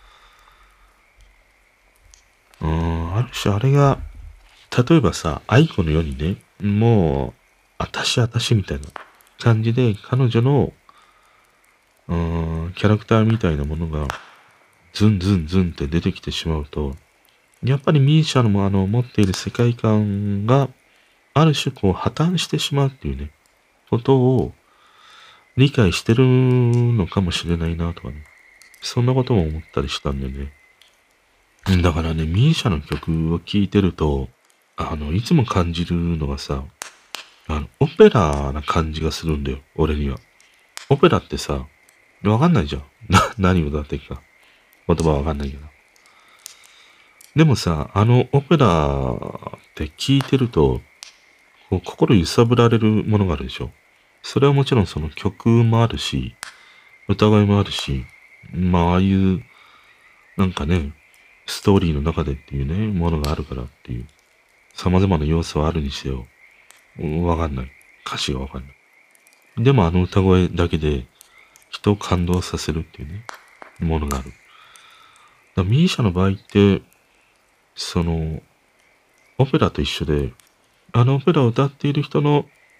うーん、ある種あれが、例えばさ、愛子のようにね、もう、あたしあたしみたいな感じで、彼女の、うーん、キャラクターみたいなものが、ズンズンズンって出てきてしまうと、やっぱりミーシャのもあの持っている世界観が、ある種こう破綻してしまうっていうね、ことを理解してるのかもしれないなとかね。そんなことも思ったりしたんだよね。だからね、ミーシャの曲を聴いてると、あの、いつも感じるのがさ、あの、オペラな感じがするんだよ、俺には。オペラってさ、わかんないじゃん。な、何を歌ってるか。言葉わかんないけど。でもさ、あのオペラって聞いてると、こう心揺さぶられるものがあるでしょ。それはもちろんその曲もあるし、歌声もあるし、まあああいうなんかね、ストーリーの中でっていうね、ものがあるからっていう、様々な要素はあるにせよ、わかんない。歌詞がわかんない。でもあの歌声だけで人を感動させるっていうね、ものがある。だミーシャの場合って、その、オペラと一緒で、あのオペラを歌っている人の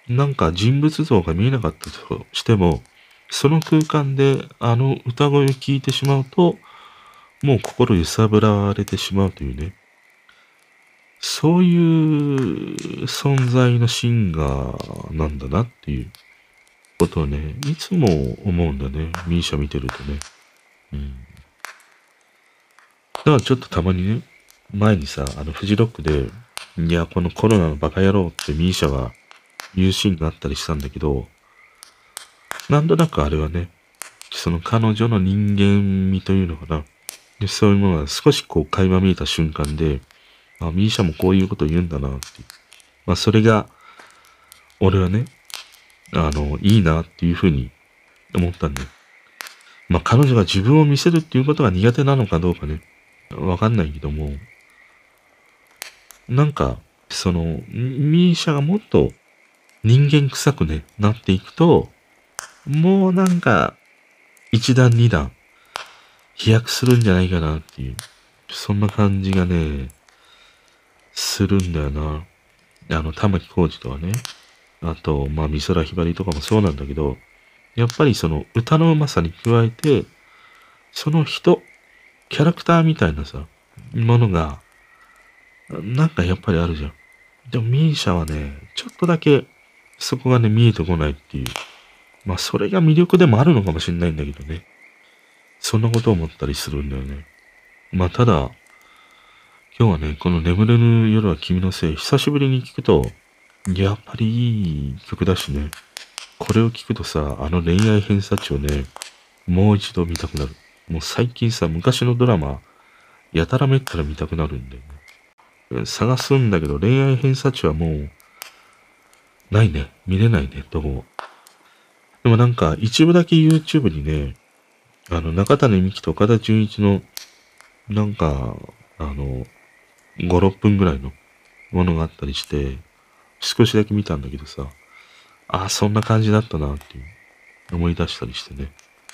なんか人物像が見えなかったとしても、その空間であの歌声を聞いてしまうと、もう心揺さぶられてしまうというね。そういう存在のシンガーなんだなっていうことをね、いつも思うんだね。ミーシャ見てるとね。うん。だからちょっとたまにね、前にさ、あのフジロックで、いや、このコロナのバカ野郎ってミーシャが言うシーンがあったりしたんだけど、なんとなくあれはね、その彼女の人間味というのかな。でそういうものが少しこう垣間見えた瞬間で、あ、ミーシャもこういうこと言うんだなって。まあそれが、俺はね、あの、いいなっていうふうに思ったんだよ。まあ彼女が自分を見せるっていうことが苦手なのかどうかね、わかんないけども、なんか、その、ミーシャがもっと人間臭くね、なっていくと、もうなんか、一段二段、飛躍するんじゃないかなっていう、そんな感じがね、するんだよな。あの、玉置浩二とはね。あと、まあ、美空ひばりとかもそうなんだけど、やっぱりその歌のうまさに加えて、その人、キャラクターみたいなさ、ものが、なんかやっぱりあるじゃん。でも、ミーシャはね、ちょっとだけ、そこがね、見えてこないっていう。まあ、それが魅力でもあるのかもしれないんだけどね。そんなことを思ったりするんだよね。まあ、ただ、今日はね、この眠れぬ夜は君のせい、久しぶりに聞くと、やっぱりいい曲だしね。これを聞くとさ、あの恋愛偏差値をね、もう一度見たくなる。もう最近さ、昔のドラマ、やたらめったら見たくなるんだよね。探すんだけど、恋愛偏差値はもう、ないね。見れないね、どこも。でもなんか、一部だけ YouTube にね、あの、中谷美紀と岡田准一の、なんか、あの、ご、ろっぷんぐらいのものがあったりして、少しだけ見たんだけどさ、ああ、そんな感じだったなっていう、思い出したりしてね。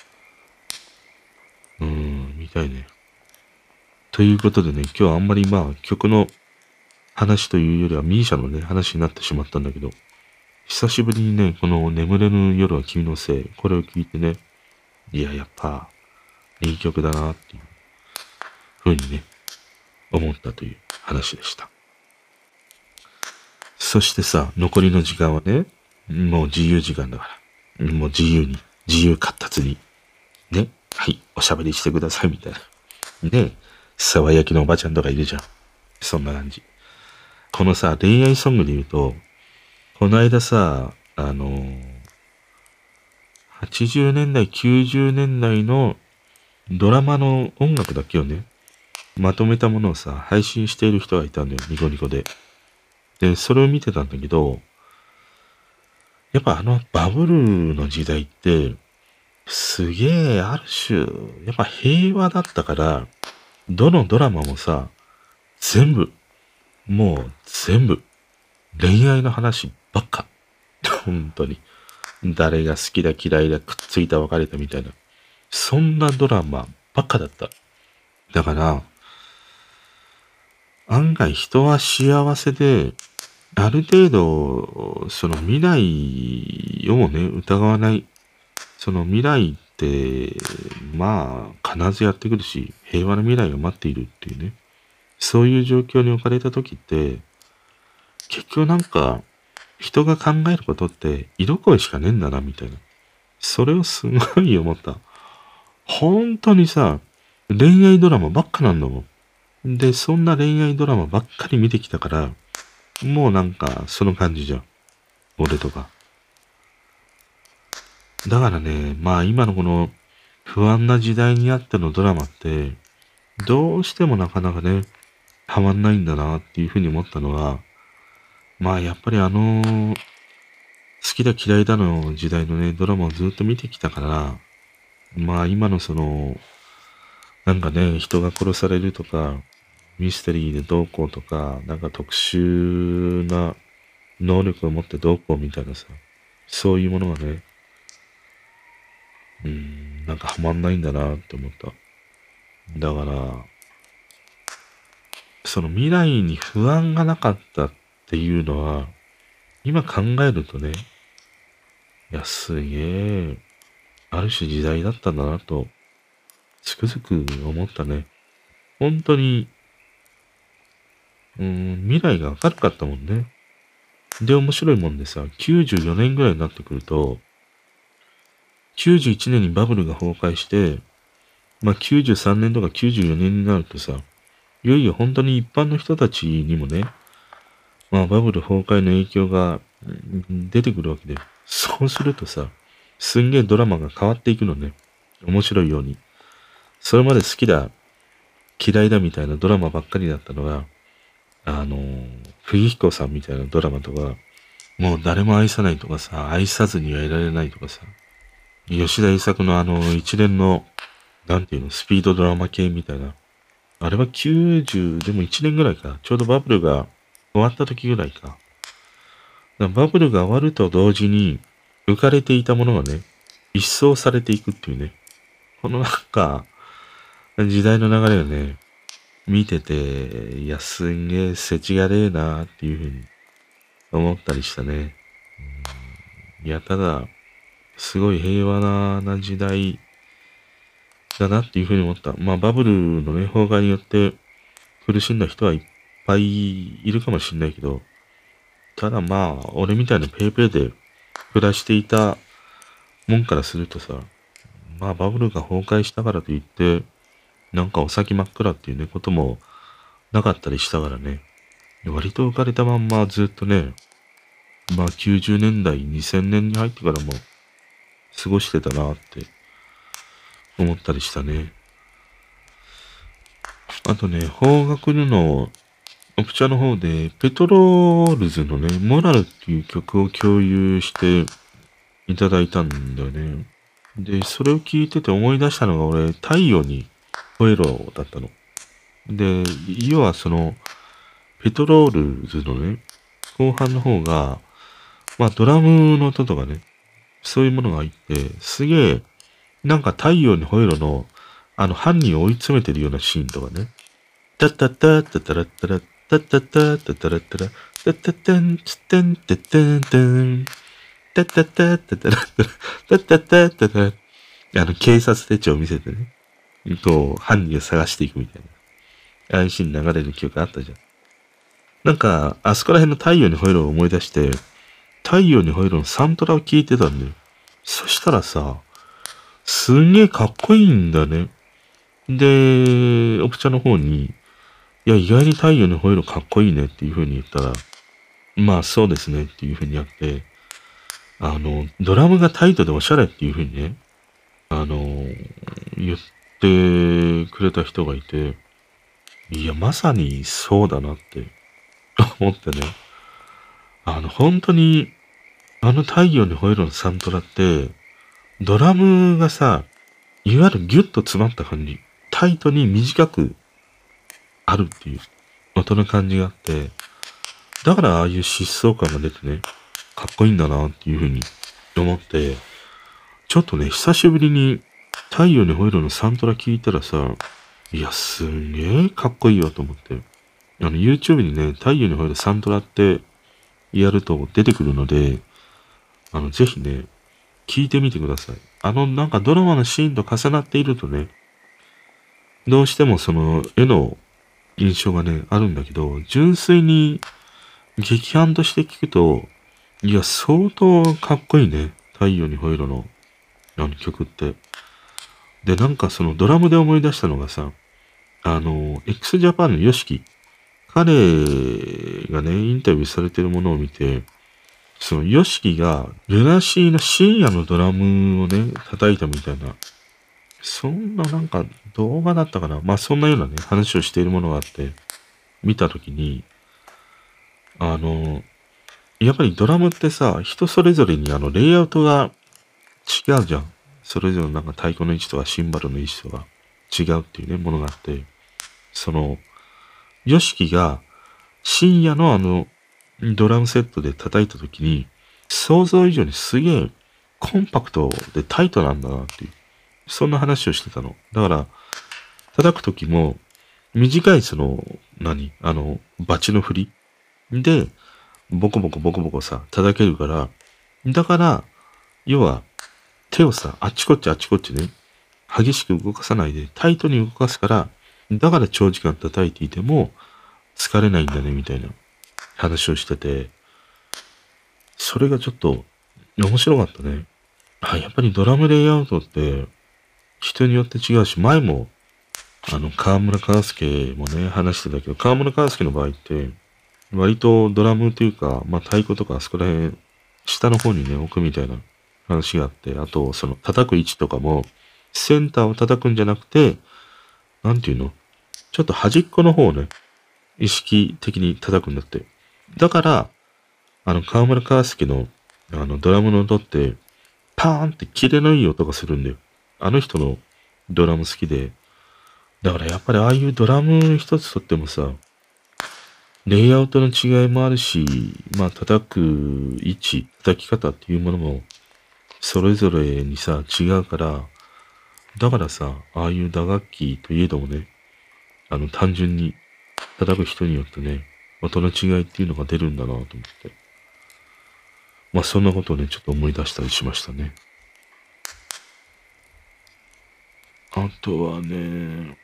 うーん、見たいね。ということでね、今日はあんまりまあ、曲の話というよりはミーシャのね、話になってしまったんだけど、久しぶりにね、この眠れぬ夜は君のせい、これを聞いてね、いや、やっぱ、いい曲だなっていうふうにね、思ったという話でした。そしてさ、残りの時間はね、もう自由時間だから、もう自由に、自由闊達に、ね、はい、おしゃべりしてくださいみたいな。ね、沢焼きのおばちゃんとかいるじゃん。そんな感じ。このさ、恋愛ソングで言うと、この間さ、あのー、はちじゅうねんだい、きゅうじゅうねんだいのドラマの音楽だけをね、まとめたものをさ、配信している人がいたんだよ、ニコニコで。で、それを見てたんだけど、やっぱあのバブルの時代って、すげえ、ある種、やっぱ平和だったから、どのドラマもさ、全部、もう全部、恋愛の話ばっか。本当に。誰が好きだ嫌いだくっついた別れたみたいな。そんなドラマばっかだった。だから、案外人は幸せで、ある程度、その未来をね、疑わない。その未来って、まあ、必ずやってくるし、平和な未来が待っているっていうね。そういう状況に置かれた時って、結局なんか、人が考えることって色恋しかねえんだな、みたいな。それをすごい思った。本当にさ、恋愛ドラマばっかなんだもん。で、そんな恋愛ドラマばっかり見てきたから、もうなんか、その感じじゃん。俺とか。だからね、まあ今のこの不安な時代にあってのドラマって、どうしてもなかなかね、ハマんないんだなっていうふうに思ったのは、まあやっぱりあの、好きだ嫌いだの時代のね、ドラマをずっと見てきたから、まあ今のその、なんかね、人が殺されるとか、ミステリーでどうこうとか、なんか特殊な能力を持ってどうこうみたいなさ、そういうものがね、うーん、なんかハマんないんだなって思った。だから、その未来に不安がなかったっていうのは、 今考えるとね、いや、すげえ、ある種時代だったんだなと、つくづく思ったね。本当に、うーん、未来が明るかったもんね。で、面白いもんでさ、きゅうじゅうよねんぐらいになってくると、きゅうじゅういちねんにバブルが崩壊して、まあ、きゅうじゅうさんねんとかきゅうじゅうよねんになるとさ、いよいよ本当に一般の人たちにもね、まあ、バブル崩壊の影響がうん出てくるわけで、そうするとさ、すんげえドラマが変わっていくのね。面白いように。それまで好きだ、嫌いだみたいなドラマばっかりだったのが、あのー、冬彦さんみたいなドラマとか、もう誰も愛さないとかさ、愛さずにはいられないとかさ、吉田栄作のあの一連の、なんていうの、スピードドラマ系みたいな。あれはきゅうじゅう、でもいちねんぐらいか。ちょうどバブルが終わった時ぐらいか。だからバブルが終わると同時に、浮かれていたものがね、一掃されていくっていうね。このなんか、時代の流れをね、見てて、いや、すんげえ世知がねえなーっていうふうに思ったりしたね。いや、ただ、すごい平和なな時代だなっていうふうに思った。まあ、バブルのね、崩壊によって苦しんだ人はいっぱいいるかもしれないけど、ただまあ、俺みたいなペイペイで暮らしていたもんからするとさ、まあ、バブルが崩壊したからといって、なんかお先真っ暗っていうね、こともなかったりしたからね。割と浮かれたまんまずっとね、まあきゅうじゅうねんだい、にせんねんに入ってからも過ごしてたなって思ったりしたね。あとね、邦楽でのオプチャの方で、ペトロールズのね、モラルっていう曲を共有していただいたんだよね。で、それを聞いてて思い出したのが俺、太陽に吠えろだったの。で、要はその、ペトロールズのね、後半の方が、まあドラムの音とかね、そういうものが入って、すげえ、なんか太陽に吠えろの、あの犯人を追い詰めてるようなシーンとかね、タッタッタッタッタラッタラッタッタッタッタッタラッタラタッタッタンツッタンタッタンタンタッタッタッタッタラッタラタッタッタッタッタラあの警察手帳を見せてね、こう犯人を探していくみたいな、安心流れる記憶あったじゃん。なんか、あそこら辺の太陽に吠えろを思い出して、太陽に吠えろのサントラを聞いてたんだよ。そしたらさ、すんげえかっこいいんだよね。で、オプチャの方に、いや、意外に太陽に吠えろかっこいいねっていう風に言ったら、まあそうですねっていう風にやって、あの、ドラムがタイトでおしゃれっていう風にね、あの、言ってくれた人がいて、いや、まさにそうだなって思ってね。あの、本当に、あの太陽に吠えろのサントラって、ドラムがさ、いわゆるギュッと詰まった感じ。タイトに短くあるっていう音の感じがあって、だからああいう疾走感が出てね、かっこいいんだなっていうふうに思って、ちょっとね、久しぶりに太陽に吠えろのサントラ聞いたらさ、いや、すんげえかっこいいよと思って。あの、YouTube にね、太陽に吠えろサントラってやると出てくるので、あの、ぜひね、聞いてみてください。あの、なんかドラマのシーンと重なっているとね、どうしてもその絵の印象がね、あるんだけど、純粋に劇伴として聞くと、いや、相当かっこいいね。太陽に吠えろの、あの曲って。で、なんかそのドラムで思い出したのがさ、あの、x ジャパンの ヨシキ。彼がね、インタビューされてるものを見て、その ヨシキがルナシーの深夜のドラムをね、叩いたみたいな、そんななんか動画だったかな。まあそんなようなね、話をしているものがあって、見たときに、あの、やっぱりドラムってさ、人それぞれにあの、レイアウトが違うじゃん。それぞれなんか太鼓の位置とかシンバルの位置とか違うっていうね、ものがあって、その、ヨシキが深夜のあの、ドラムセットで叩いたときに、想像以上にすげえコンパクトでタイトなんだなっていう、そんな話をしてたの。だから、叩くときも、短いその、何あの、バチの振りで、 ボコボコボコボコさ、叩けるから、だから、要は、手をさ、あっちこっちあっちこっちね、激しく動かさないで、タイトに動かすから、だから長時間叩いていても、疲れないんだね、みたいな話をしてて、それがちょっと、面白かったね。あ、やっぱりドラムレイアウトって、人によって違うし、前も、あの、河村康介もね、話してたけど、河村康介の場合って、割とドラムというか、まあ太鼓とかあそこら辺、下の方にね、置くみたいな話があって、あと、その叩く位置とかも、センターを叩くんじゃなくて、なんていうのちょっと端っこの方をね、意識的に叩くんだって。だから、あの、河村康介の、あの、ドラムの音って、パーンってキレのいい音がするんだよ。あの人のドラム好きで。だからやっぱりああいうドラム一つとってもさ、レイアウトの違いもあるし、まあ叩く位置、叩き方っていうものも、それぞれにさ、違うから、だからさ、ああいう打楽器といえどもね、あの単純に叩く人によってね、音の違いっていうのが出るんだなと思って。まあそんなことをね、ちょっと思い出したりしましたね。あとはね、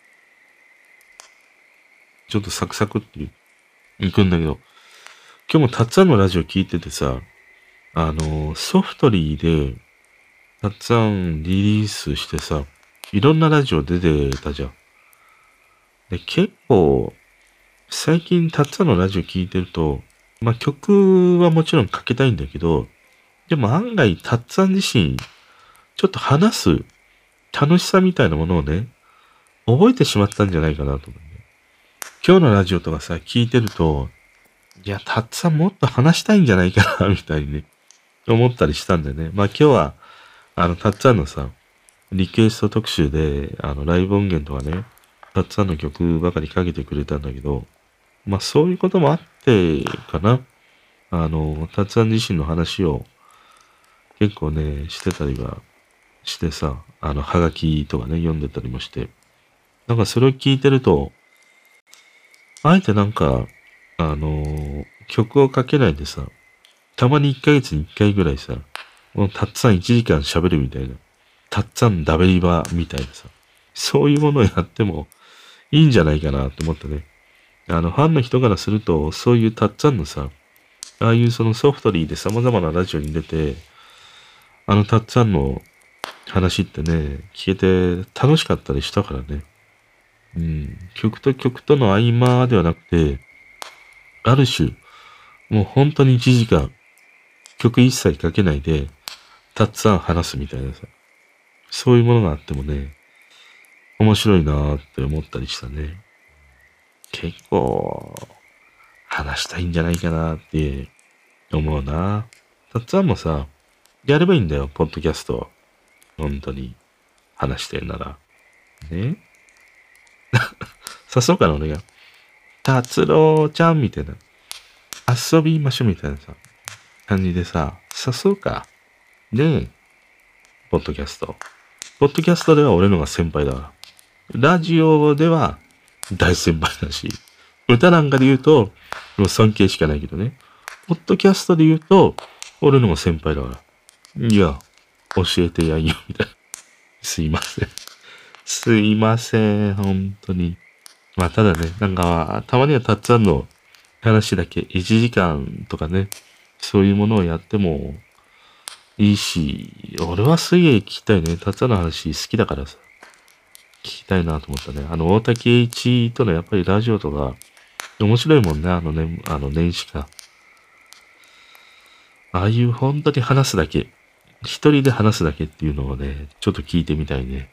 ちょっとサクサクっていくんだけど、今日もたっつぁんのラジオ聞いててさ、あの、ソフトリーで、たっつぁんリリースしてさ、いろんなラジオ出てたじゃん。で、結構、最近たっつぁんのラジオ聞いてると、まあ、曲はもちろんかけたいんだけど、でも案外たっつぁん自身、ちょっと話す楽しさみたいなものをね、覚えてしまったんじゃないかなと思うね。今日のラジオとかさ、聞いてると、いや、たっつぁんもっと話したいんじゃないかな、みたいにね、思ったりしたんだよね。まあ今日は、あの、たっつぁんのさ、リクエスト特集で、あの、ライブ音源とかね、たっつぁんの曲ばかりかけてくれたんだけど、まあそういうこともあってかな。あの、たっつぁん自身の話を結構ね、してたりはしてさ、あの、はがきとかね、読んでたりもして。なんかそれを聞いてると、あえてなんか、あの、曲をかけないでさ、たまにいっかげつにいっかいぐらいさ、もうたっつぁんいちじかん喋るみたいな。たっつぁんダベリバみたいなさ。そういうものをやってもいいんじゃないかなって思ったね。あの、ファンの人からすると、そういうたっつぁんのさ、ああいうそのソフトリーで様々なラジオに出て、あのたっつぁんの話ってね、聞けて楽しかったりしたからね。うん。曲と曲との合間ではなくて、ある種、もう本当にいちじかん、曲一切かけないで、たっつぁん話すみたいなさ。そういうものがあってもね、面白いなーって思ったりしたね。結構、話したいんじゃないかなって思うな。たっつぁんもさ、やればいいんだよ、ポッドキャスト。本当に。話してんなら。ね誘そうかな、俺が。達郎ちゃんみたいな。遊びましょうみたいなさ、感じでさ、誘うか。ねえ、ポッドキャスト。ポッドキャストでは俺のが先輩だから。ラジオでは大先輩だし、歌なんかで言うと、もう尊敬しかないけどね。ポッドキャストで言うと、俺のが先輩だから。いや、教えてやんよ、みたいな。すいません。すいません、本当に。まあ、ただね、なんか、たまにはたっつぁんの話だけいちじかんとかね、そういうものをやってもいいし、俺は水泳聞きたいね。たっつぁんの話好きだからさ、聞きたいなと思ったね。あの、大竹栄一とのやっぱりラジオとか、面白いもんね、あのね、あの年始か。ああいう本当に話すだけ、一人で話すだけっていうのをね、ちょっと聞いてみたいね。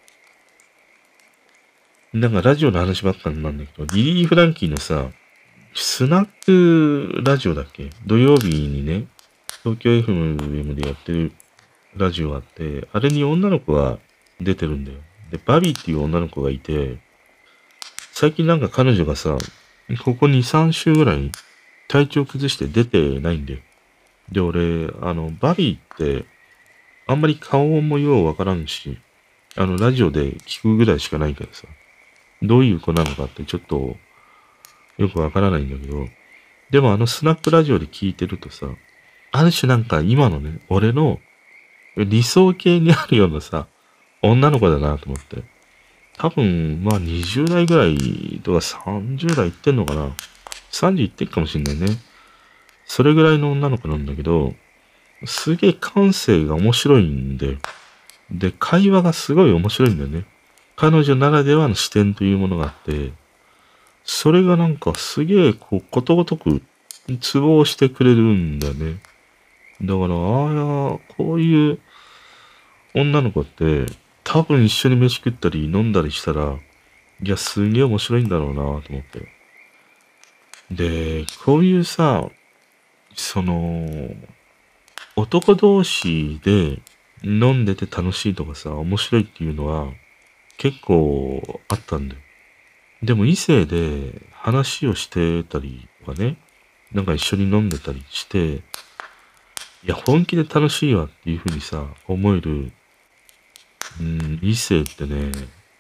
なんかラジオの話ばっかりなんだけど、リリー・フランキーのさ、スナックラジオだっけ土曜日にね、東京 エフエム でやってるラジオがあって、あれに女の子が出てるんだよ。で、バビーっていう女の子がいて、最近なんか彼女がさ、ここに、さん週ぐらい体調崩して出てないんだよ。で、俺、あの、バビーって、あんまり顔もようわからんし、あの、ラジオで聞くぐらいしかないからさ、どういう子なのかってちょっとよくわからないんだけど、 でもあのスナックラジオで聞いてるとさ、ある種なんか今のね、俺の理想系にあるようなさ、女の子だなと思って。多分、まあにじゅう代ぐらいとかさんじゅう代いってんのかな。さんじゅういってるかもしんないね。それぐらいの女の子なんだけど、すげえ感性が面白いんで、で、会話がすごい面白いんだよね。彼女ならではの視点というものがあって、それがなんかすげえこうことごとくツボをしてくれるんだよね。だから、ああ、こういう女の子って多分一緒に飯食ったり飲んだりしたら、いや、すげえ面白いんだろうなと思って。で、こういうさ、その、男同士で飲んでて楽しいとかさ、面白いっていうのは結構あったんだよ。でも異性で話をしてたりとかね、なんか一緒に飲んでたりして、いや、本気で楽しいわっていうふうにさ、思える、うん、異性ってね、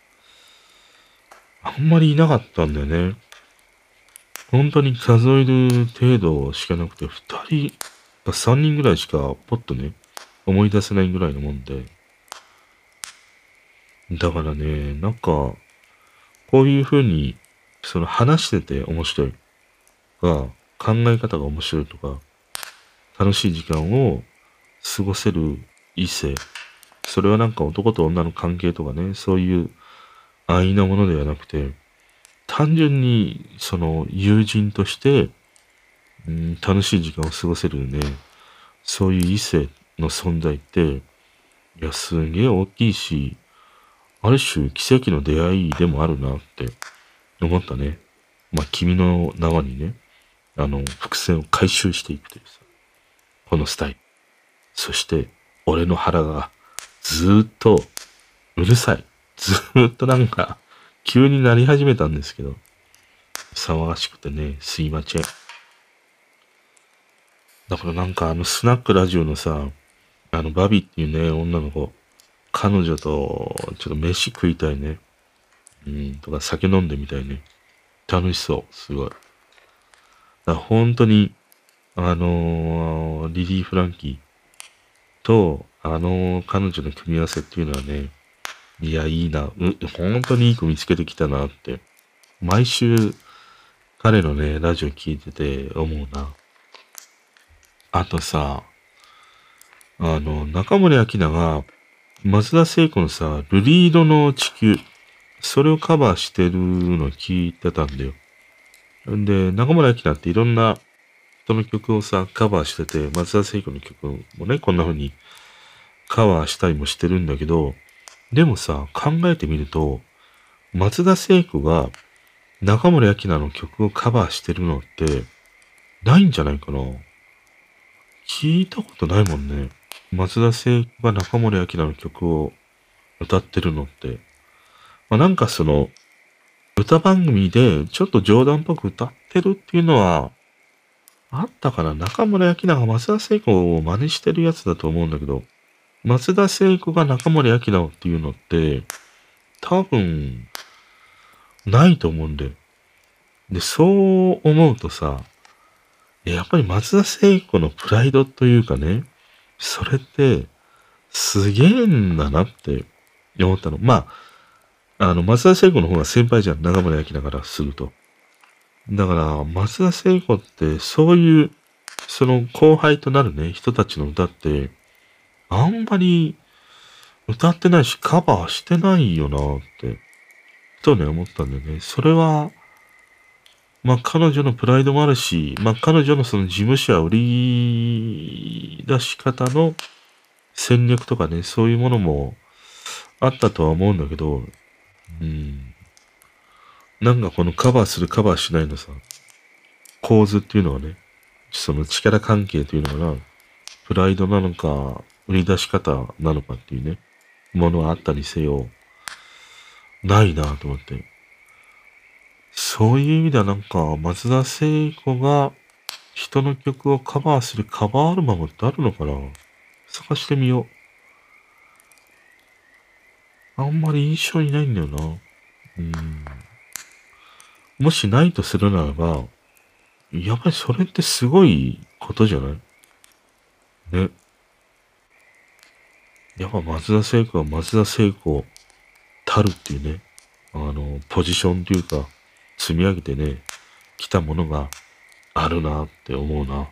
あんまりいなかったんだよね。本当に数える程度しかなくて、二人、三人ぐらいしかポッとね、思い出せないぐらいのもんで。だからね、なんか、こういう風に、その話してて面白いとか、考え方が面白いとか、楽しい時間を過ごせる異性。それはなんか男と女の関係とかね、そういう安易なものではなくて、単純にその友人として、うん、楽しい時間を過ごせるね、そういう異性の存在って、いや、すげえ大きいし、ある種奇跡の出会いでもあるなって思ったね。まあ、君の名はにね、あの、伏線を回収していくというさ、このスタイル。そして、俺の腹がずーっとうるさい。ずーっとなんか、急になり始めたんですけど、騒がしくてね、すいません。だからなんかあのスナックラジオのさ、あのバビっていうね、女の子、彼女とちょっと飯食いたいね。うん、とか酒飲んでみたいね。楽しそう、すごい。だから本当に、あのー、リリー・フランキーと、あのー、彼女の組み合わせっていうのはね、いや、いいな。う、本当にいい子見つけてきたなって。毎週、彼のね、ラジオ聞いてて思うな。あとさ、あの、中森明菜が、松田聖子のさ、瑠璃色の地球、それをカバーしてるの聞いてたんだよ。んで、中森明菜っていろんな人の曲をさ、カバーしてて、松田聖子の曲もね、こんな風にカバーしたりもしてるんだけど、でもさ、考えてみると、松田聖子が中森明菜の曲をカバーしてるのって、ないんじゃないかな。聞いたことないもんね。松田聖子が中森明菜の曲を歌ってるのって。まあ、なんかその、歌番組でちょっと冗談っぽく歌ってるっていうのは、あったかな。中森明菜が松田聖子を真似してるやつだと思うんだけど、松田聖子が中森明菜っていうのって、多分、ないと思うんで。で、そう思うとさ、やっぱり松田聖子のプライドというかね、それって、すげえんだなって思ったの。まあ、あの、松田聖子の方が先輩じゃん。中森明菜からすると。だから、松田聖子って、そういう、その後輩となるね、人たちの歌って、あんまり歌ってないし、カバーしてないよなって、とね、思ったんだよね。それは、まあ彼女のプライドもあるし、まあ彼女のその事務所や売り出し方の戦略とかね、そういうものもあったとは思うんだけど、うん。なんかこのカバーするカバーしないのさ、構図っていうのはね、その力関係というのかな、プライドなのか、売り出し方なのかっていうね、ものはあったにせよ、ないなと思って。そういう意味ではなんか、松田聖子が人の曲をカバーするカバーアルバムってあるのかな、探してみよう。あんまり印象にないんだよな。うん。もしないとするならば、 やっぱりそれってすごいことじゃないね。やっぱ松田聖子は松田聖子たるっていうね、あの、ポジションというか、積み上げてね、来たものがあるなって思うな。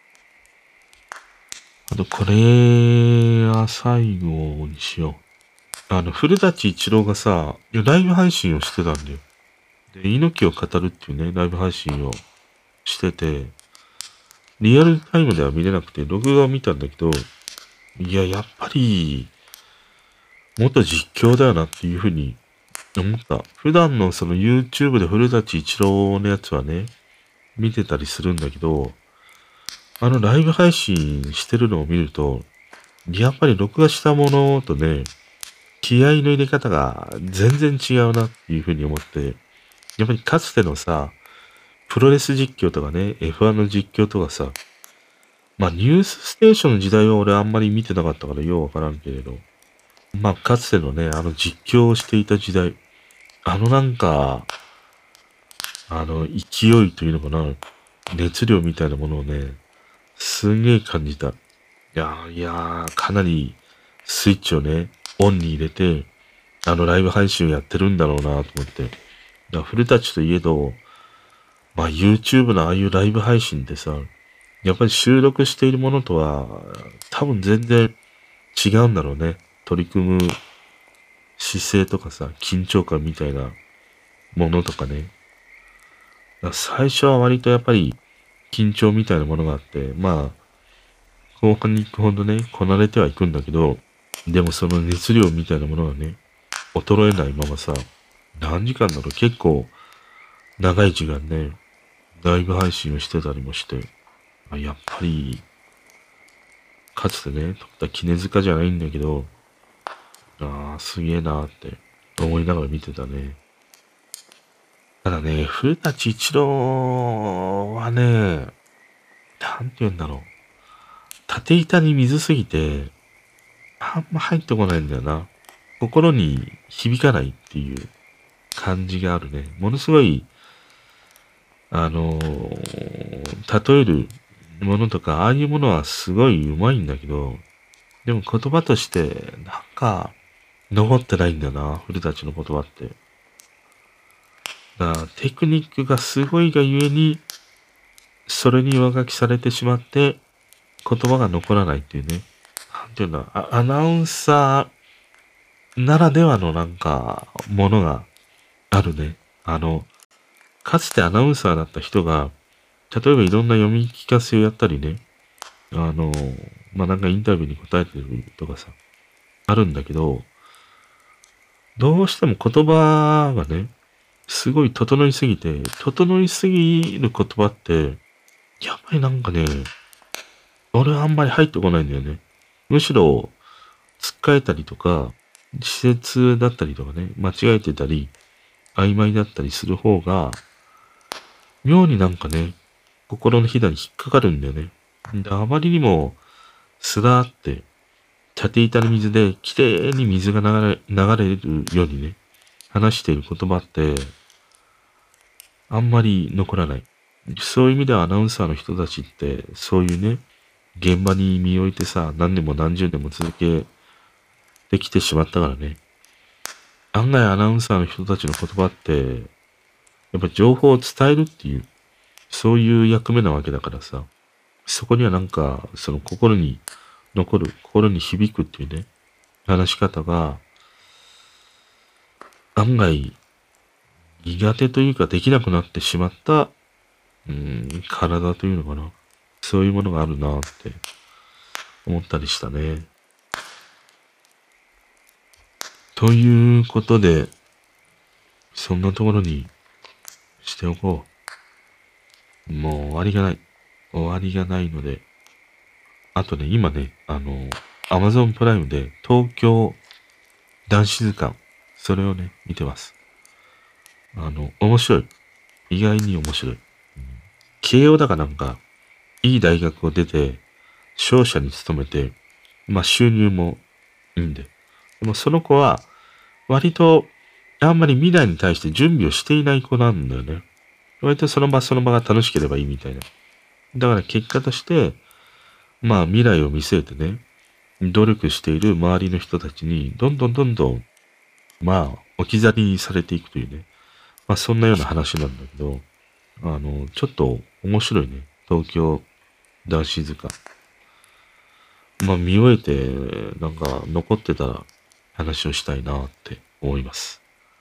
あと、これは最後にしよう。あの、古舘一郎がさ、ライブ配信をしてたんだよ。で、猪木を語るっていうね、ライブ配信をしてて、リアルタイムでは見れなくて、録画を見たんだけど、いや、やっぱり、もっと実況だよなっていうふうに思った。普段のその YouTube で古舘一郎のやつはね、見てたりするんだけど、あのライブ配信してるのを見ると、やっぱり録画したものとね、気合の入れ方が全然違うなっていうふうに思って、やっぱりかつてのさ、プロレス実況とかね、エフワン の実況とかさ、まあニュースステーションの時代は俺あんまり見てなかったからようわからんけれど、まあかつてのね、あの実況をしていた時代、あのなんか、あの勢いというのかな、熱量みたいなものをね、すんげえ感じた。いやー、いやー、かなりスイッチをね、オンに入れて、あのライブ配信をやってるんだろうなと思って。いや古舘といえど、まあ YouTube のああいうライブ配信ってさ、やっぱり収録しているものとは、多分全然違うんだろうね。取り組む姿勢とかさ、緊張感みたいなものとかね。最初は割とやっぱり緊張みたいなものがあって、まあ、後半に行くほどね、こなれてはいくんだけど、でもその熱量みたいなものがね、衰えないままさ、何時間だろう、結構長い時間ね、ライブ配信をしてたりもして、やっぱり、かつてね、撮った絹塚じゃないんだけど、ああ、すげえなーって思いながら見てたね。ただね、古舘一郎はね、なんて言うんだろう。縦板に水すぎて、あんま入ってこないんだよな。心に響かないっていう感じがあるね。ものすごい、あのー、例えるものとか、ああいうものはすごい上手いんだけど、でも言葉として、なんか、残ってないんだよな、古舘の言葉って。だからテクニックがすごいがゆえに、それに上書きされてしまって、言葉が残らないっていうね。なんていうんだ、あアナウンサーならではのなんか、ものがあるね。あの、かつてアナウンサーだった人が、例えばいろんな読み聞かせをやったりね、あの、まあ、なんかインタビューに答えてるとかさ、あるんだけど、どうしても言葉がね、すごい整いすぎて、整いすぎる言葉って、やっぱりなんかね、俺はあんまり入ってこないんだよね。むしろ、つっかえたりとか、施設だったりとかね、間違えてたり、曖昧だったりする方が、妙になんかね、心のひだに引っかかるんだよね。で、あまりにも、すらーって、縦板の水で、きれいに水が流れ、流れるようにね、話している言葉って、あんまり残らない。そういう意味ではアナウンサーの人たちって、そういうね、現場に身を置いてさ、何年も何十年も続けてきてしまったからね。案外アナウンサーの人たちの言葉って、やっぱり情報を伝えるっていう、そういう役目なわけだからさ、そこにはなんか、その心に残る、心に響くっていうね、話し方が、案外、苦手というかできなくなってしまった、うん、体というのかな。そういうものがあるなって思ったりしたね。ということで、そんなところにしておこう。もう終わりがない。終わりがないので。あとね、今ね、あの、アマゾンプライムで東京男子図鑑。それをね、見てます。あの、面白い。意外に面白い。慶応だかなんか、いい大学を出て、商社に勤めて、まあ収入もいいんで。でもその子は、割と、あんまり未来に対して準備をしていない子なんだよね。 割とその場その場が楽しければいいみたいな。だから結果として、まあ未来を見据えてね、努力している周りの人たちに、どんどんどんどん、まあ、置き去りにされていくというね。まあそんなような話なんだけど、あの、ちょっと面白いね。東京男子図鑑。まあ見終えて、なんか残ってたら話をしたいなって思います。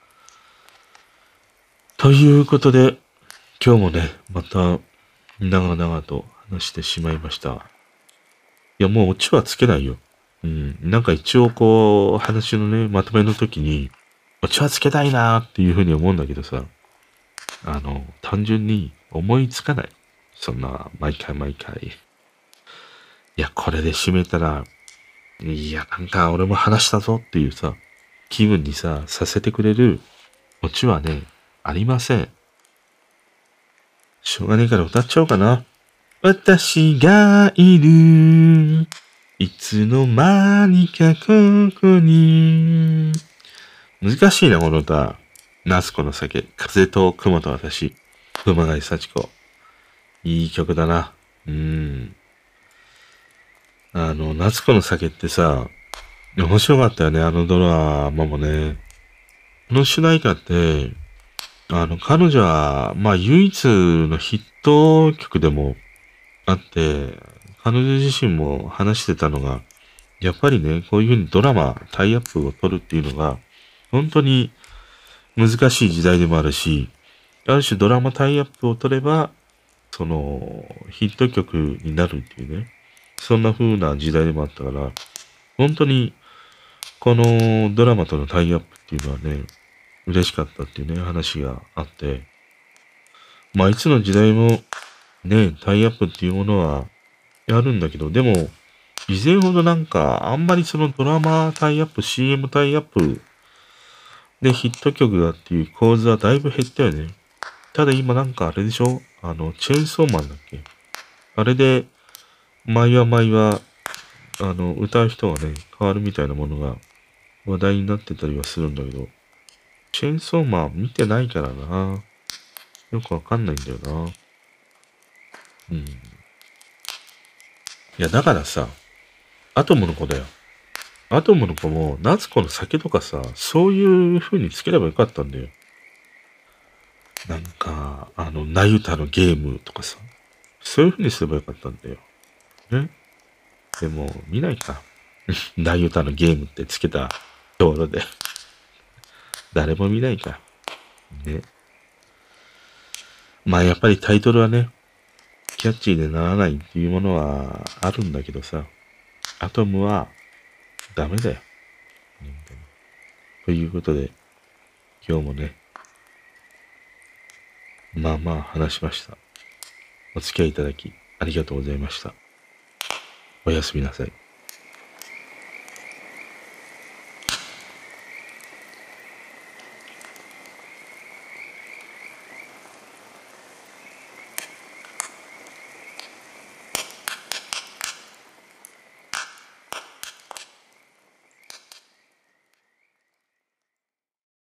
ということで、今日もね、また長々と話してしまいました。いや、もうオチはつけないよ。うん。なんか一応こう、話のね、まとめの時に、オチはつけたいなーっていうふうに思うんだけどさ、あの、単純に思いつかない。そんな、毎回毎回。いや、これで締めたら、いや、なんか俺も話したぞっていうさ、気分にさ、させてくれるオチはね、ありません。しょうがねえから歌っちゃおうかな。私がいる。いつの間にかここに。難しいな、この歌。夏子の酒、風と雲と私、熊谷幸子。いい曲だな。うーん。あの、夏子の酒ってさ、面白かったよね、あのドラマもね。この主題歌って、あの、彼女は、まあ、唯一のヒット曲でもあって、彼女自身も話してたのが、やっぱりね、こういうふうにドラマ、タイアップを取るっていうのが、本当に難しい時代でもあるし、ある種ドラマタイアップを取れば、その、ヒット曲になるっていうね、そんな風な時代でもあったから、本当に、このドラマとのタイアップっていうのはね、嬉しかったっていうね、話があって、まあ、いつの時代も、ね、タイアップっていうものは、あるんだけど、でも、以前ほどなんか、あんまりそのドラマタイアップ、シーエム タイアップでヒット曲がっていう構図はだいぶ減ったよね。ただ今なんかあれでしょ、あの、チェーンソーマンだっけ、あれで、毎は毎は、あの、歌う人がね、変わるみたいなものが話題になってたりはするんだけど、チェーンソーマン見てないからな。よくわかんないんだよな。うん。いや、だからさ、アトムの子だよ。アトムの子も、夏子の酒とかさ、そういう風につければよかったんだよ。なんか、あの、ナユタのゲームとかさ、そういう風にすればよかったんだよ。ね。でも、見ないか。ナユタのゲームってつけたところで。誰も見ないか。ね。まあ、やっぱりタイトルはね、キャッチーでならないっていうものはあるんだけどさ、アトムはダメだよ。ということで、今日もね、まあまあ話しました。お付き合いいただきありがとうございました。おやすみなさい。